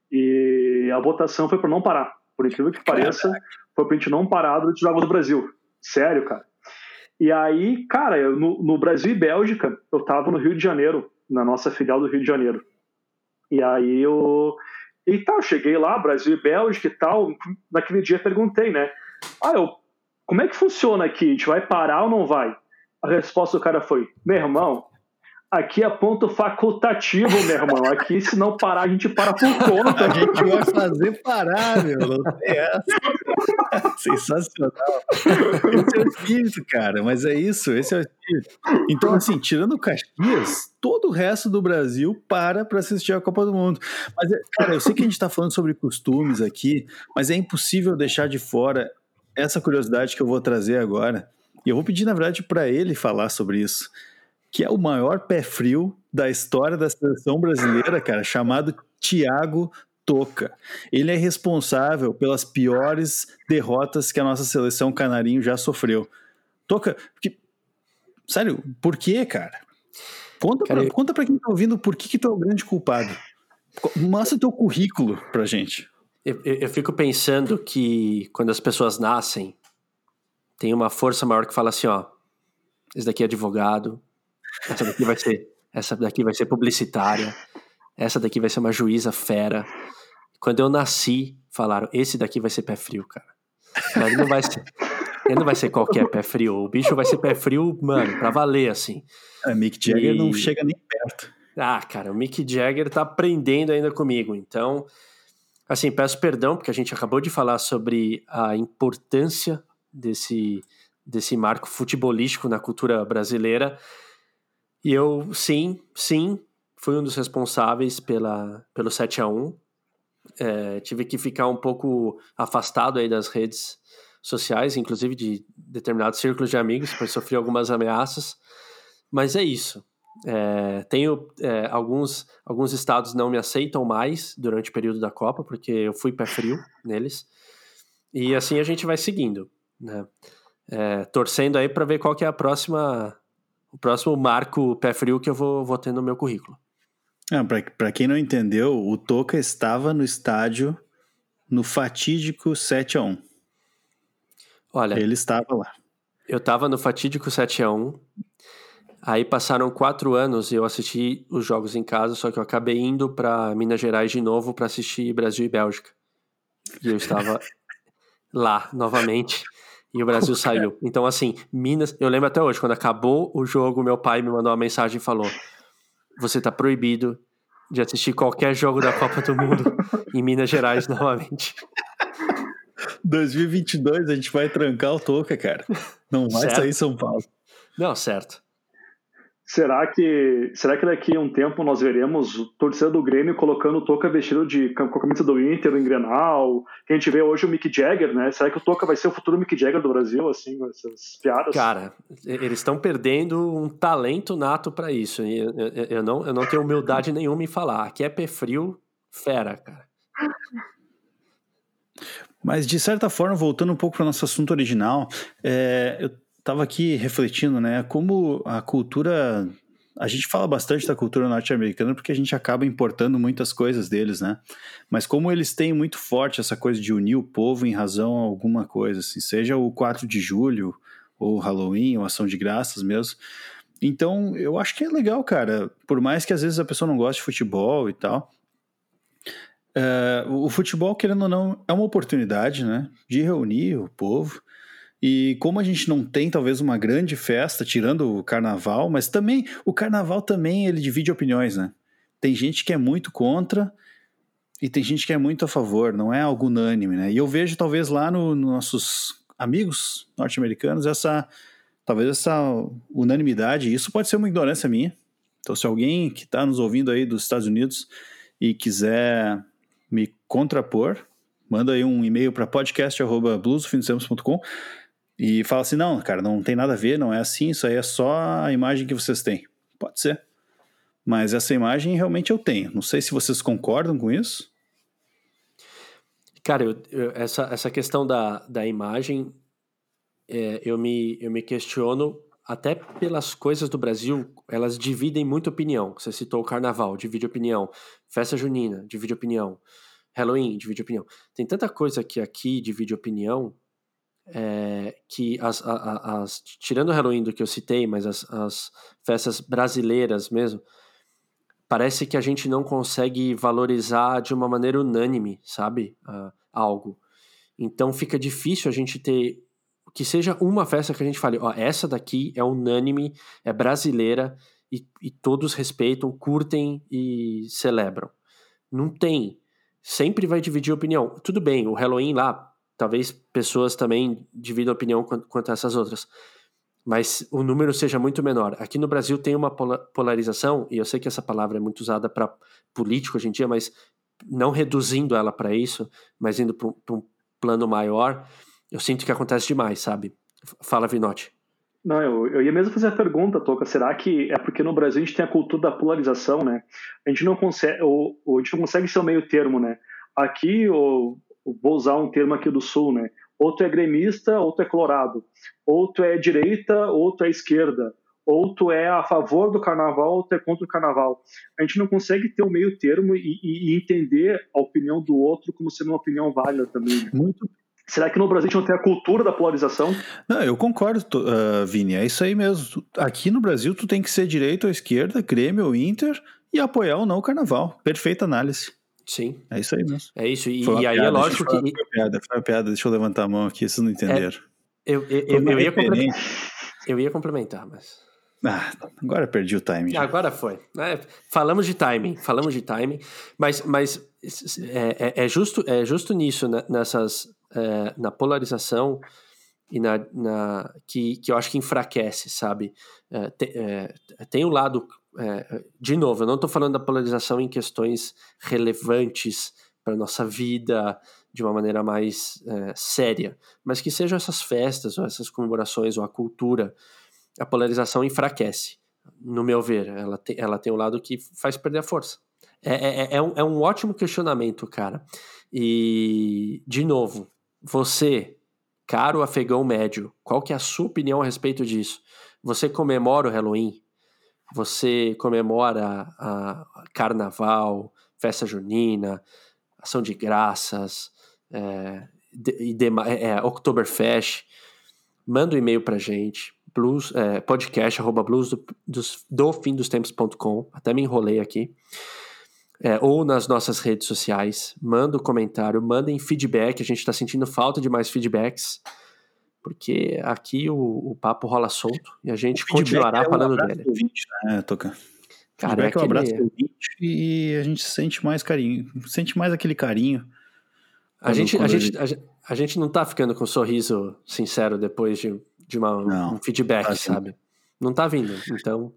e a votação foi para não parar. Por incrível que pareça, foi para a gente não parar durante os Jogos do Brasil. Sério, cara. E aí, cara, eu, no, no Brasil e Bélgica, eu tava no Rio de Janeiro, na nossa filial do Rio de Janeiro. E aí eu... E tal, cheguei lá, Brasil e Bélgica e tal. Naquele dia perguntei, né? Ah, eu... Como é que funciona aqui? A gente vai parar ou não vai? A resposta do cara foi, meu irmão, aqui é ponto facultativo, meu irmão. Aqui, se não parar, a gente para por conta. A gente vai fazer parar, meu. Não tem essa. Sensacional. Esse é o espírito, cara. Mas é isso, esse é o espírito. Então, assim, tirando o Caxias, todo o resto do Brasil para para assistir a Copa do Mundo. Mas, cara, eu sei que a gente está falando sobre costumes aqui, mas é impossível deixar de fora essa curiosidade que eu vou trazer agora. E eu vou pedir, na verdade, para ele falar sobre isso, que é o maior pé frio da história da seleção brasileira, cara, chamado Thiago Tocca. Ele é responsável pelas piores derrotas que a nossa seleção canarinho já sofreu. Tocca, porque, sério, por quê, cara? Conta, cara, pra, eu... conta pra quem tá ouvindo por que, que tu é o grande culpado. Mostra o teu currículo pra gente. Eu, eu, eu fico pensando que quando as pessoas nascem, tem uma força maior que fala assim, ó, esse daqui é advogado, essa daqui vai ser, essa daqui vai ser publicitária, essa daqui vai ser uma juíza fera. Quando eu nasci, falaram, esse daqui vai ser pé frio, cara. Mas ele não vai ser, ele não vai ser qualquer pé frio. O bicho vai ser pé frio, mano, pra valer, assim. A Mick Jagger e... não chega nem perto. Ah, cara, o Mick Jagger tá aprendendo ainda comigo. Então, assim, peço perdão, porque a gente acabou de falar sobre a importância desse, desse marco futebolístico na cultura brasileira. E eu, sim, sim, fui um dos responsáveis pela, pelo sete a um. É, tive que ficar um pouco afastado aí das redes sociais, inclusive de determinados círculos de amigos, pois sofri algumas ameaças. Mas é isso. É, tenho é, alguns, alguns estados não me aceitam mais durante o período da Copa, porque eu fui pé frio neles. E assim a gente vai seguindo, né? É, torcendo aí para ver qual que é a próxima, o próximo marco pé frio que eu vou, vou ter no meu currículo. Ah, para quem não entendeu, o Tocca estava no estádio no fatídico sete a um. Olha, ele estava lá. Eu estava no fatídico sete a um. Aí passaram quatro anos e eu assisti os jogos em casa, só que eu acabei indo para Minas Gerais de novo para assistir Brasil e Bélgica. E eu estava lá novamente e o Brasil oh, saiu. Cara. Então, assim, Minas... Eu lembro até hoje, quando acabou o jogo, meu pai me mandou uma mensagem e falou: você tá proibido de assistir qualquer jogo da Copa do Mundo em Minas Gerais novamente. dois mil e vinte e dois a gente vai trancar o Tocca, cara. Não vai certo. sair São Paulo. Não, certo. Será que, será que daqui a um tempo nós veremos o torcedor do Grêmio colocando o Tocca vestido de, com a camisa do Inter, em Grenal? Que a gente vê hoje o Mick Jagger, né? Será que o Tocca vai ser o futuro Mick Jagger do Brasil, assim, essas piadas? Cara, eles estão perdendo um talento nato pra isso. Eu, eu, eu, não, eu não tenho humildade nenhuma em falar. Aqui é pé frio, fera, cara. Mas, de certa forma, voltando um pouco para o nosso assunto original, é, eu estava aqui refletindo, né, como a cultura a gente fala bastante da cultura norte-americana porque a gente acaba importando muitas coisas deles, né? Mas como eles têm muito forte essa coisa de unir o povo em razão a alguma coisa, assim, seja o quatro de julho, ou Halloween, ou Ação de Graças mesmo. Então, eu acho que é legal, cara. Por mais que às vezes a pessoa não goste de futebol e tal, uh, o futebol, querendo ou não, é uma oportunidade, né? De reunir o povo. E como a gente não tem, talvez, uma grande festa, tirando o carnaval, mas também, o carnaval também, ele divide opiniões, né? Tem gente que é muito contra e tem gente que é muito a favor, não é algo unânime, né? E eu vejo, talvez, lá nos no nossos amigos norte-americanos, essa, talvez essa unanimidade, isso pode ser uma ignorância minha. Então, se alguém que está nos ouvindo aí dos Estados Unidos e quiser me contrapor, manda aí um e-mail para podcast arroba blues do fim dos tempos ponto com e fala assim, não, cara, não tem nada a ver, não é assim, isso aí é só a imagem que vocês têm. Pode ser. Mas essa imagem realmente eu tenho. Não sei se vocês concordam com isso. Cara, eu, eu, essa, essa questão da, da imagem, é, eu, me, eu me questiono, até pelas coisas do Brasil, elas dividem muito opinião. Você citou o Carnaval, divide opinião. Festa Junina, divide opinião. Halloween, divide opinião. Tem tanta coisa que aqui divide opinião, É, que as, as, as, tirando o Halloween do que eu citei, mas as, as festas brasileiras mesmo, parece que a gente não consegue valorizar de uma maneira unânime, sabe, uh, algo. Então fica difícil a gente ter, que seja uma festa que a gente fale, ó, essa daqui é unânime, é brasileira, e, e todos respeitam, curtem e celebram. Não tem. Sempre vai dividir opinião. Tudo bem, o Halloween lá, talvez pessoas também dividam opinião quanto, quanto a essas outras. Mas o número seja muito menor. Aqui no Brasil tem uma polarização, e eu sei que essa palavra é muito usada para político hoje em dia, mas não reduzindo ela para isso, mas indo para um plano maior, eu sinto que acontece demais, sabe? Fala, Vinotti. Não, eu, eu ia mesmo fazer a pergunta, Toca, será que é porque no Brasil a gente tem a cultura da polarização, né? A gente não consegue, ou, ou a gente não consegue ser o meio termo, né? Aqui, ou vou usar um termo aqui do Sul, né? Ou tu é gremista, ou tu é colorado. Ou tu é direita, ou tu é esquerda. Ou tu é a favor do carnaval, ou tu é contra o carnaval. A gente não consegue ter o meio termo e, e, e entender a opinião do outro como sendo uma opinião válida também. Né? Muito. Será que no Brasil a gente não tem a cultura da polarização? Não, eu concordo, uh, Vini, é isso aí mesmo. Aqui no Brasil tu tem que ser direita ou esquerda, Grêmio ou Inter, e apoiar ou não o carnaval. Perfeita análise. Sim. É isso aí mesmo. É isso, e, e aí piada, é lógico que... Foi uma piada, foi uma piada, deixa eu levantar a mão aqui, vocês não entenderam. É, eu, eu, eu, eu, ia complementar, eu ia complementar, mas... Ah, agora perdi o timing. Já. Agora foi. É, falamos de timing, falamos de timing, mas, mas é, é, é, justo, é justo nisso, né, nessas, é, na polarização e na, na, que, que eu acho que enfraquece, sabe? É, te, é, tem o lado... É, de novo, eu não estou falando da polarização em questões relevantes para a nossa vida de uma maneira mais é, séria, mas que sejam essas festas ou essas comemorações ou a cultura, a polarização enfraquece, no meu ver, ela, te, ela tem um lado que faz perder a força. É, é, é, um, é um ótimo questionamento, cara. E, de novo, você, caro afegão médio, qual que é a sua opinião a respeito disso? Você comemora o Halloween? Você comemora a Carnaval, Festa Junina, Ação de Graças, é, de, de, é, Oktoberfest? Manda um e-mail pra gente, blues, é, podcast, arroba blues do, dos, do fim dos tempos ponto com, até me enrolei aqui, é, ou nas nossas redes sociais, manda um comentário, mandem feedback, a gente tá sentindo falta de mais feedbacks, porque aqui o, o papo rola solto e a gente continuará é um falando dele. Do ouvinte, né, Toca? Cara, é, aquele... é um abraço do ouvinte e a gente sente mais carinho, sente mais aquele carinho. A gente, a, gente, a, gente, a gente não tá ficando com um sorriso sincero depois de, de uma, não, um feedback, tá sabe? Não tá vindo, então...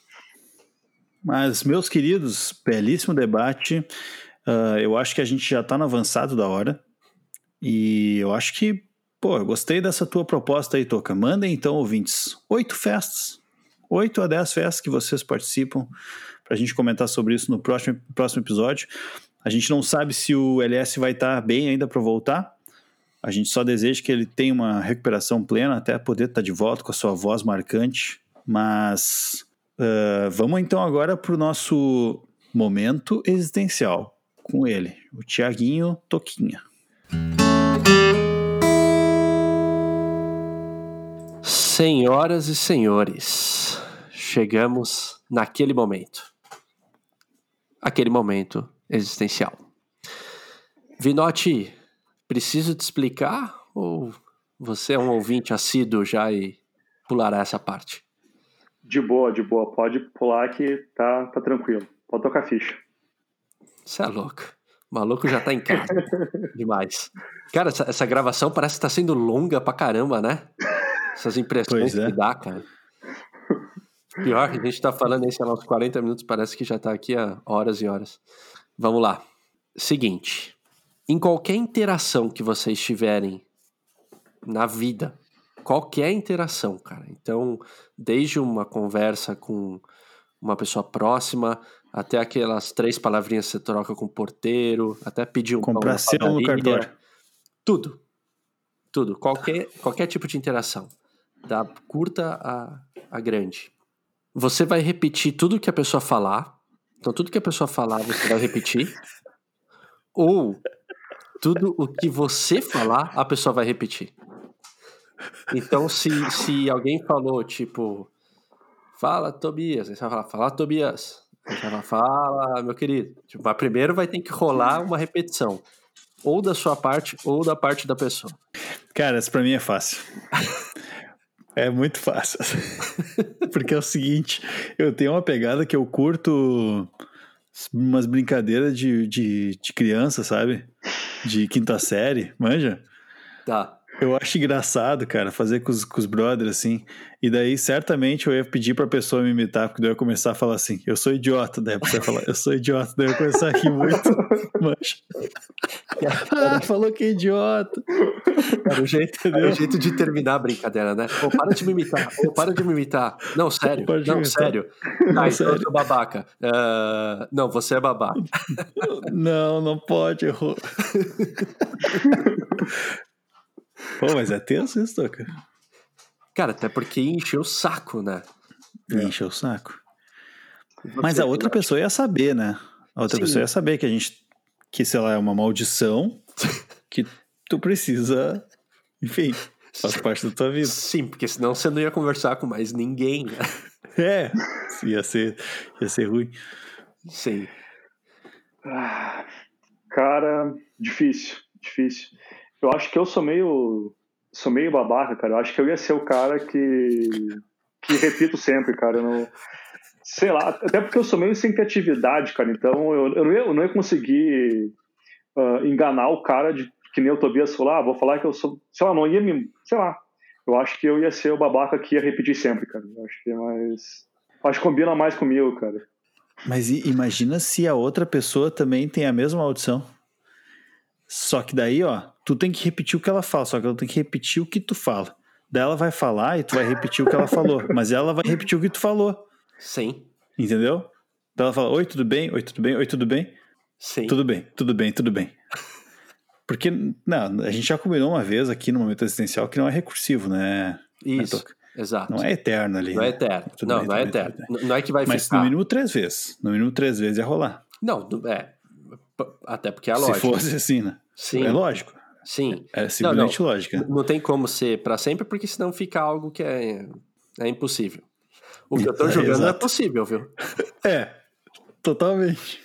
Mas, meus queridos, belíssimo debate. Uh, eu acho que a gente já tá no avançado da hora e eu acho que pô, eu gostei dessa tua proposta aí, Toca. Mandem então, ouvintes, oito festas, oito a dez festas que vocês participam, pra gente comentar sobre isso no próximo, próximo episódio. A gente não sabe se o L S vai estar bem ainda para voltar. A gente só deseja que ele tenha uma recuperação plena, até poder estar de volta com a sua voz marcante. Mas Uh, vamos então agora pro nosso momento existencial com ele, o Tiaguinho Toquinha. Senhoras e senhores, chegamos naquele momento. Aquele momento existencial. Vinotti, preciso te explicar ou você é um ouvinte assíduo já e pulará essa parte? De boa, de boa. Pode pular que tá, tá tranquilo. Pode tocar ficha. Você é louco. O maluco já tá em casa. Demais. Cara, essa, essa gravação parece que tá sendo longa pra caramba, né? Essas impressões é. que dá, cara. Pior que a gente tá falando aí, sei lá, uns quarenta minutos, parece que já tá aqui há horas e horas. Vamos lá. Seguinte. Em qualquer interação que vocês tiverem na vida, qualquer interação, cara. Então, desde uma conversa com uma pessoa próxima, até aquelas três palavrinhas que você troca com o porteiro, até pedir um comprar selo no cartório. Tudo. Tudo. Qualquer, qualquer tipo de interação. Da curta a, a grande. Você vai repetir tudo que a pessoa falar. Então, tudo que a pessoa falar, você vai repetir. Ou tudo o que você falar, a pessoa vai repetir. Então, se, se alguém falou, tipo, fala, Tobias, aí você vai falar, fala, Tobias. Aí você vai falar, fala, meu querido. Tipo, mas primeiro vai ter que rolar uma repetição. Ou da sua parte, ou da parte da pessoa. Cara, isso pra mim é fácil. É muito fácil. Porque é o seguinte, eu tenho uma pegada que eu curto umas brincadeiras de, de, de criança, sabe? De quinta série, manja? Tá. Eu acho engraçado, cara, fazer com os, com os brothers, assim. E daí, certamente, eu ia pedir pra pessoa me imitar, porque daí eu ia começar a falar assim, eu sou idiota. Daí a pessoa ia falar, eu sou idiota. Daí eu ia começar a rir muito. Mas... ah, falou que é idiota. Era o jeito, era o jeito de terminar a brincadeira, né? Ô, para de me imitar. Ô, para de me imitar. Não, sério. Não, imitar. sério. Não, ah, sério. então eu sou babaca. Uh, não, você é babaca. Não, não pode, errou. Pô, mas é tenso isso, Toca. Cara, até porque encheu o saco, né? Encheu o saco. Mas a outra pessoa ia saber, né? A outra Sim. pessoa ia saber que a gente, que sei lá, é uma maldição que tu precisa, enfim, faz parte da tua vida. Sim, porque senão você não ia conversar com mais ninguém, né? É, ia ser, ia ser ruim. Sim. Ah, cara, difícil, difícil. Eu acho que eu sou meio, sou meio babaca, cara. Eu acho que eu ia ser o cara que, que repito sempre, cara. Eu não, sei lá, até porque eu sou meio sem criatividade, cara. Então eu, eu, não, ia, eu não ia conseguir uh, enganar o cara de que nem o Tobias falou, ah, vou falar que eu sou, sei lá, não ia me, sei lá. Eu acho que eu ia ser o babaca que ia repetir sempre, cara. Eu acho que é mais, acho que combina mais comigo, cara. Mas imagina se a outra pessoa também tem a mesma audição. Só que daí, ó, tu tem que repetir o que ela fala, só que ela tem que repetir o que tu fala. Daí ela vai falar e tu vai repetir o que ela falou, mas ela vai repetir o que tu falou. Sim. Entendeu? Daí ela fala, oi, tudo bem? Oi, tudo bem? Oi, tudo bem? Sim. Tudo bem, tudo bem, tudo bem. Porque, não, a gente já combinou uma vez aqui no Momento Existencial que não é recursivo, né? Isso, exato. Não é eterno ali. Não é né? eterno. Tudo não, bem, não é bem, eterno. Não é que vai Mas ficar... no mínimo três vezes. No mínimo três vezes ia rolar. Não, é... Até porque é lógico. Se fosse assim, né? Sim. É lógico. Sim. É simplesmente não, não, lógica. Não tem como ser pra sempre, porque senão fica algo que é, é impossível. O que eu tô julgando é, é possível, viu? É, totalmente.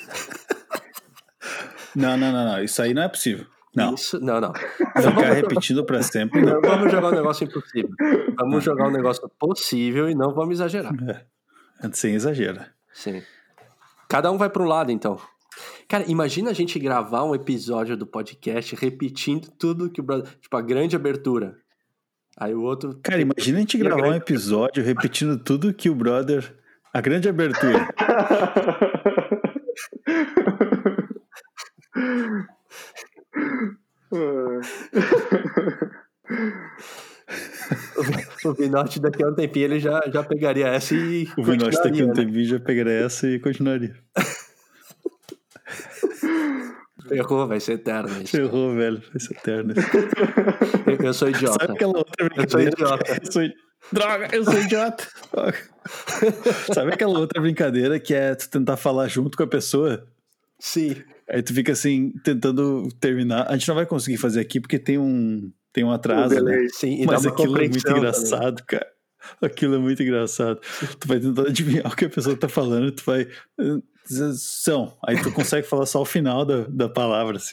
não, não, não, não. Isso aí não é possível. Não. Isso, não, não. Ficar repetindo pra sempre. Não. não vamos jogar um negócio impossível. Vamos jogar um negócio possível e não vamos exagerar. É. Sem exagero. Sim. Cada um vai para um lado, então. Cara, imagina a gente gravar um episódio do podcast repetindo tudo que o brother... Tipo, a grande abertura. Aí o outro... Cara, imagina a gente gravar a um episódio repetindo tudo que o brother... A grande abertura. O Vinotti daqui a um tempinho ele já, já pegaria essa e... O Vinotti daqui a um né? tempinho já pegaria essa e continuaria. Errou, vai ser eterno isso. Errou, velho, vai ser eterno. Eu, eu sou idiota. Sabe aquela outra eu sou idiota. Eu sou, Droga, eu sou idiota. Sabe aquela outra brincadeira que é tu tentar falar junto com a pessoa? Sim. Aí tu fica assim, tentando terminar. A gente não vai conseguir fazer aqui porque tem um, tem um atraso, né? Sim, e mas dá uma aquilo é muito compreensão engraçado, também. Cara. Aquilo é muito engraçado. Tu vai tentando adivinhar o que a pessoa tá falando, tu vai... São. Aí tu consegue falar só o final da, da palavra, assim.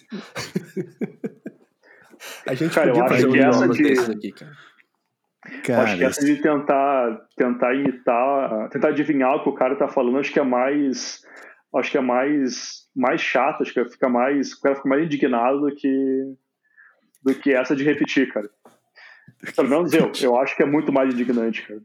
A gente cara, podia eu fazer acho um que essa jogos de... desses aqui, cara. Cara, acho que essa esse... de tentar, tentar imitar, tentar adivinhar o que o cara tá falando, acho que é mais... Acho que é mais, mais chato, acho que fica mais, o cara fica mais indignado do que, do que essa de repetir, cara. Pelo menos eu, eu acho que é muito mais indignante, cara.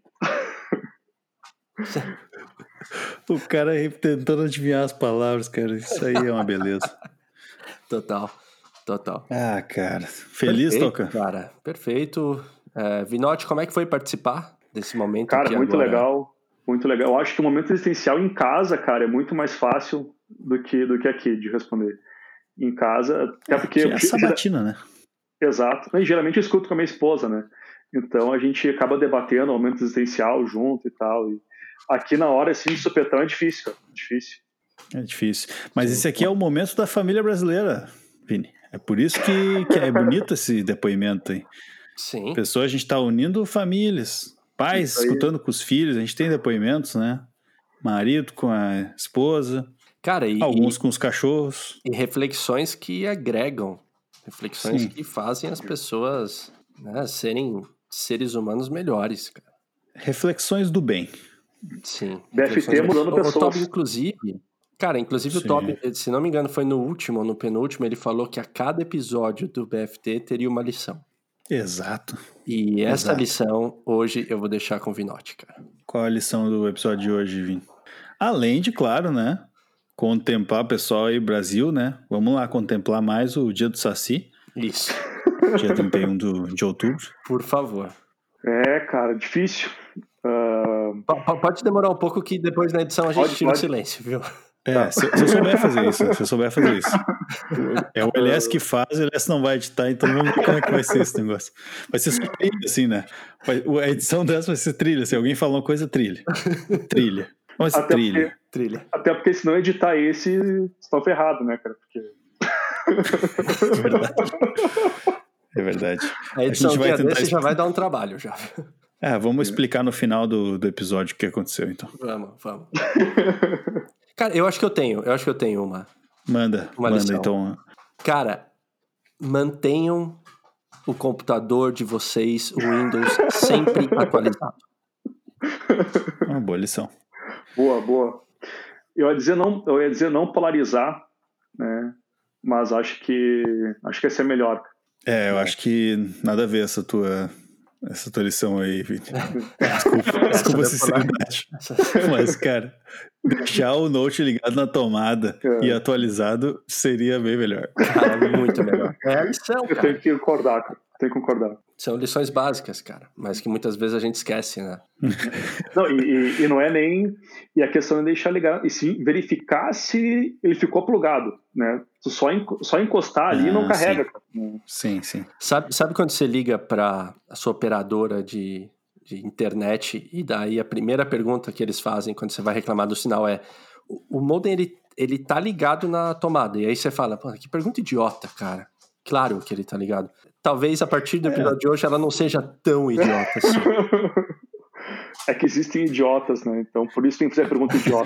O cara tentando adivinhar as palavras, cara, isso aí é uma beleza. Total, total. Ah, cara, feliz, Perfeito, Toca? Cara, perfeito. É, Vinote, como é que foi participar desse momento cara, aqui muito agora? legal, muito legal. Eu acho que o momento existencial em casa, cara, é muito mais fácil do que, do que aqui, de responder. Em casa, até porque... É a sabatina, né? Exato. E geralmente eu escuto com a minha esposa, né? Então a gente acaba debatendo o momento existencial junto e tal. E aqui na hora, assim, de supetão é difícil, cara. Difícil. É difícil. Mas Sim. esse aqui é o momento da família brasileira, Vini. É por isso que, que é bonito esse depoimento aí. Sim. Pessoas, a gente está unindo famílias. Pais escutando com os filhos. A gente tem depoimentos, né? Marido com a esposa. Cara, e, alguns e, com os cachorros. E reflexões que agregam. Reflexões Sim. que fazem as pessoas, né, serem seres humanos melhores, cara. Reflexões do bem. Sim. B F T mudando pessoas. O Toby, inclusive... Cara, inclusive Sim. o Toby, se não me engano, foi no último ou no penúltimo, ele falou que a cada episódio do B F T teria uma lição. Exato. E essa Exato. lição, hoje, eu vou deixar com o Vinote, cara. Qual a lição do episódio de hoje, Vini? Além de, claro, né? Contemplar o pessoal aí, Brasil, né? Vamos lá contemplar mais o Dia do Saci. Isso. Dia trinta e um do, de outubro. Por favor. É, cara, difícil. Uh... Pode demorar um pouco que depois na edição a gente pode, tira pode. o silêncio, viu? É, tá. se, se eu souber fazer isso, se eu souber fazer isso. É o L S que faz, o L S não vai editar, então vamos ver como é que vai ser esse negócio. Vai ser só trilha, assim, né? Vai, a edição dessa vai ser trilha. Se alguém falar uma coisa, trilha. Trilha. Vamos ser trilha. Porque, trilha. Até porque se não editar esse, estão ferrados, né, cara? Porque... É verdade. É verdade. A edição a gente vai tentar desse já vai dar um trabalho, já. É, vamos explicar no final do, do episódio o que aconteceu, então. Vamos, vamos. Cara, eu acho que eu tenho, eu acho que eu tenho uma. Manda, uma manda lição. então. Cara, mantenham o computador de vocês, o Windows, sempre atualizado. Uma boa lição. Boa, boa. Eu ia dizer não, eu ia dizer não polarizar, né? Mas acho que acho que esse é melhor. É, eu é. acho que nada a ver essa tua essa tua lição aí, Vini. Desculpa, desculpa a sinceridade. Mas, cara, deixar o Note ligado na tomada é. e atualizado seria bem melhor. Cara, muito melhor. É a lição, cara. Eu tenho que concordar, cara. Tenho que concordar. São lições básicas, cara, mas que muitas vezes a gente esquece, né? Não, e, e não é nem... E a questão é deixar ligado, e sim verificar se ele ficou plugado, né? Só, só encostar ali ah, não carrega. Sim, cara. sim. sim. Sabe, sabe quando você liga para a sua operadora de, de internet e daí a primeira pergunta que eles fazem quando você vai reclamar do sinal é o, o modem, ele, ele tá ligado na tomada. E aí você fala, pô, que pergunta idiota, cara. Claro que ele tá ligado. Talvez a partir do episódio é. de hoje ela não seja tão idiota assim. É que existem idiotas, né? Então por isso tem que fazer a pergunta idiota.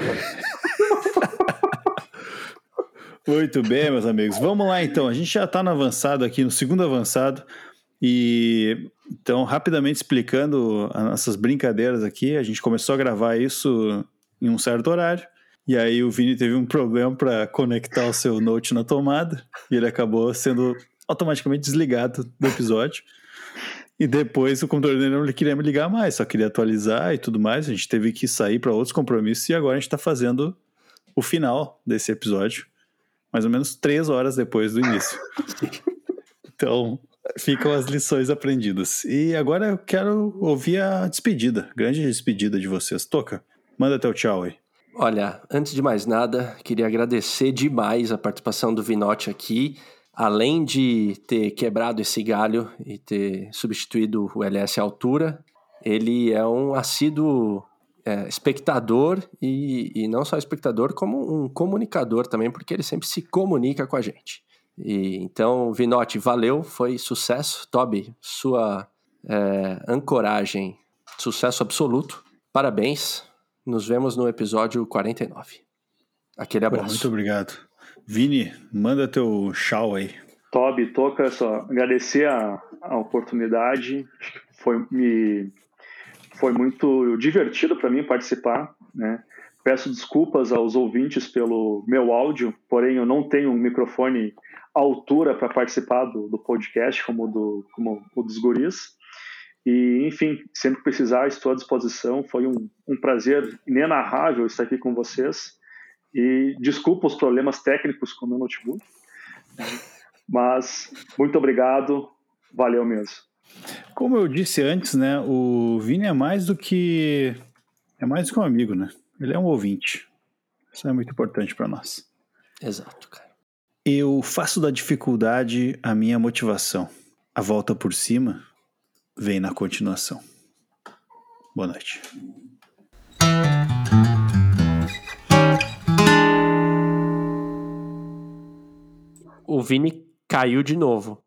Muito bem, meus amigos. Vamos lá então. A gente já tá no avançado aqui, no segundo avançado. E então, rapidamente explicando as nossas brincadeiras aqui, a gente começou a gravar isso em um certo horário. E aí o Vini teve um problema para conectar o seu Note na tomada. E ele acabou sendo automaticamente desligado do episódio. E depois o computador dele não queria me ligar mais, só queria atualizar e tudo mais. A gente teve que sair para outros compromissos e agora a gente está fazendo o final desse episódio, mais ou menos três horas depois do início. Então, ficam as lições aprendidas. E agora eu quero ouvir a despedida, grande despedida de vocês. Toca, manda teu tchau aí. Olha, antes de mais nada, queria agradecer demais a participação do Vinote aqui. Além de ter quebrado esse galho e ter substituído o L S à altura, ele é um assíduo é, espectador e, e não só espectador, como um comunicador também, porque ele sempre se comunica com a gente. E, então, Vinotti, valeu, foi sucesso. Toby, sua é, ancoragem, sucesso absoluto. Parabéns. Nos vemos no episódio quarenta e nove. Aquele abraço. Pô, muito obrigado. Vini, manda teu tchau aí. Toby, Toca, só agradecer a, a oportunidade. Foi, me, foi muito divertido para mim participar, né? Peço desculpas aos ouvintes pelo meu áudio, porém eu não tenho um microfone à altura para participar do, do podcast como, do, como o dos guris. E, enfim, sempre que precisar, estou à disposição. Foi um, um prazer inenarrável estar aqui com vocês. E desculpa os problemas técnicos com o meu notebook. Mas muito obrigado, valeu mesmo. Como eu disse antes, né, o Vini é mais do que é mais do que um amigo, né? Ele é um ouvinte. Isso é muito importante para nós. Exato, cara. Eu faço da dificuldade a minha motivação. A volta por cima vem na continuação. Boa noite. O Vini caiu de novo.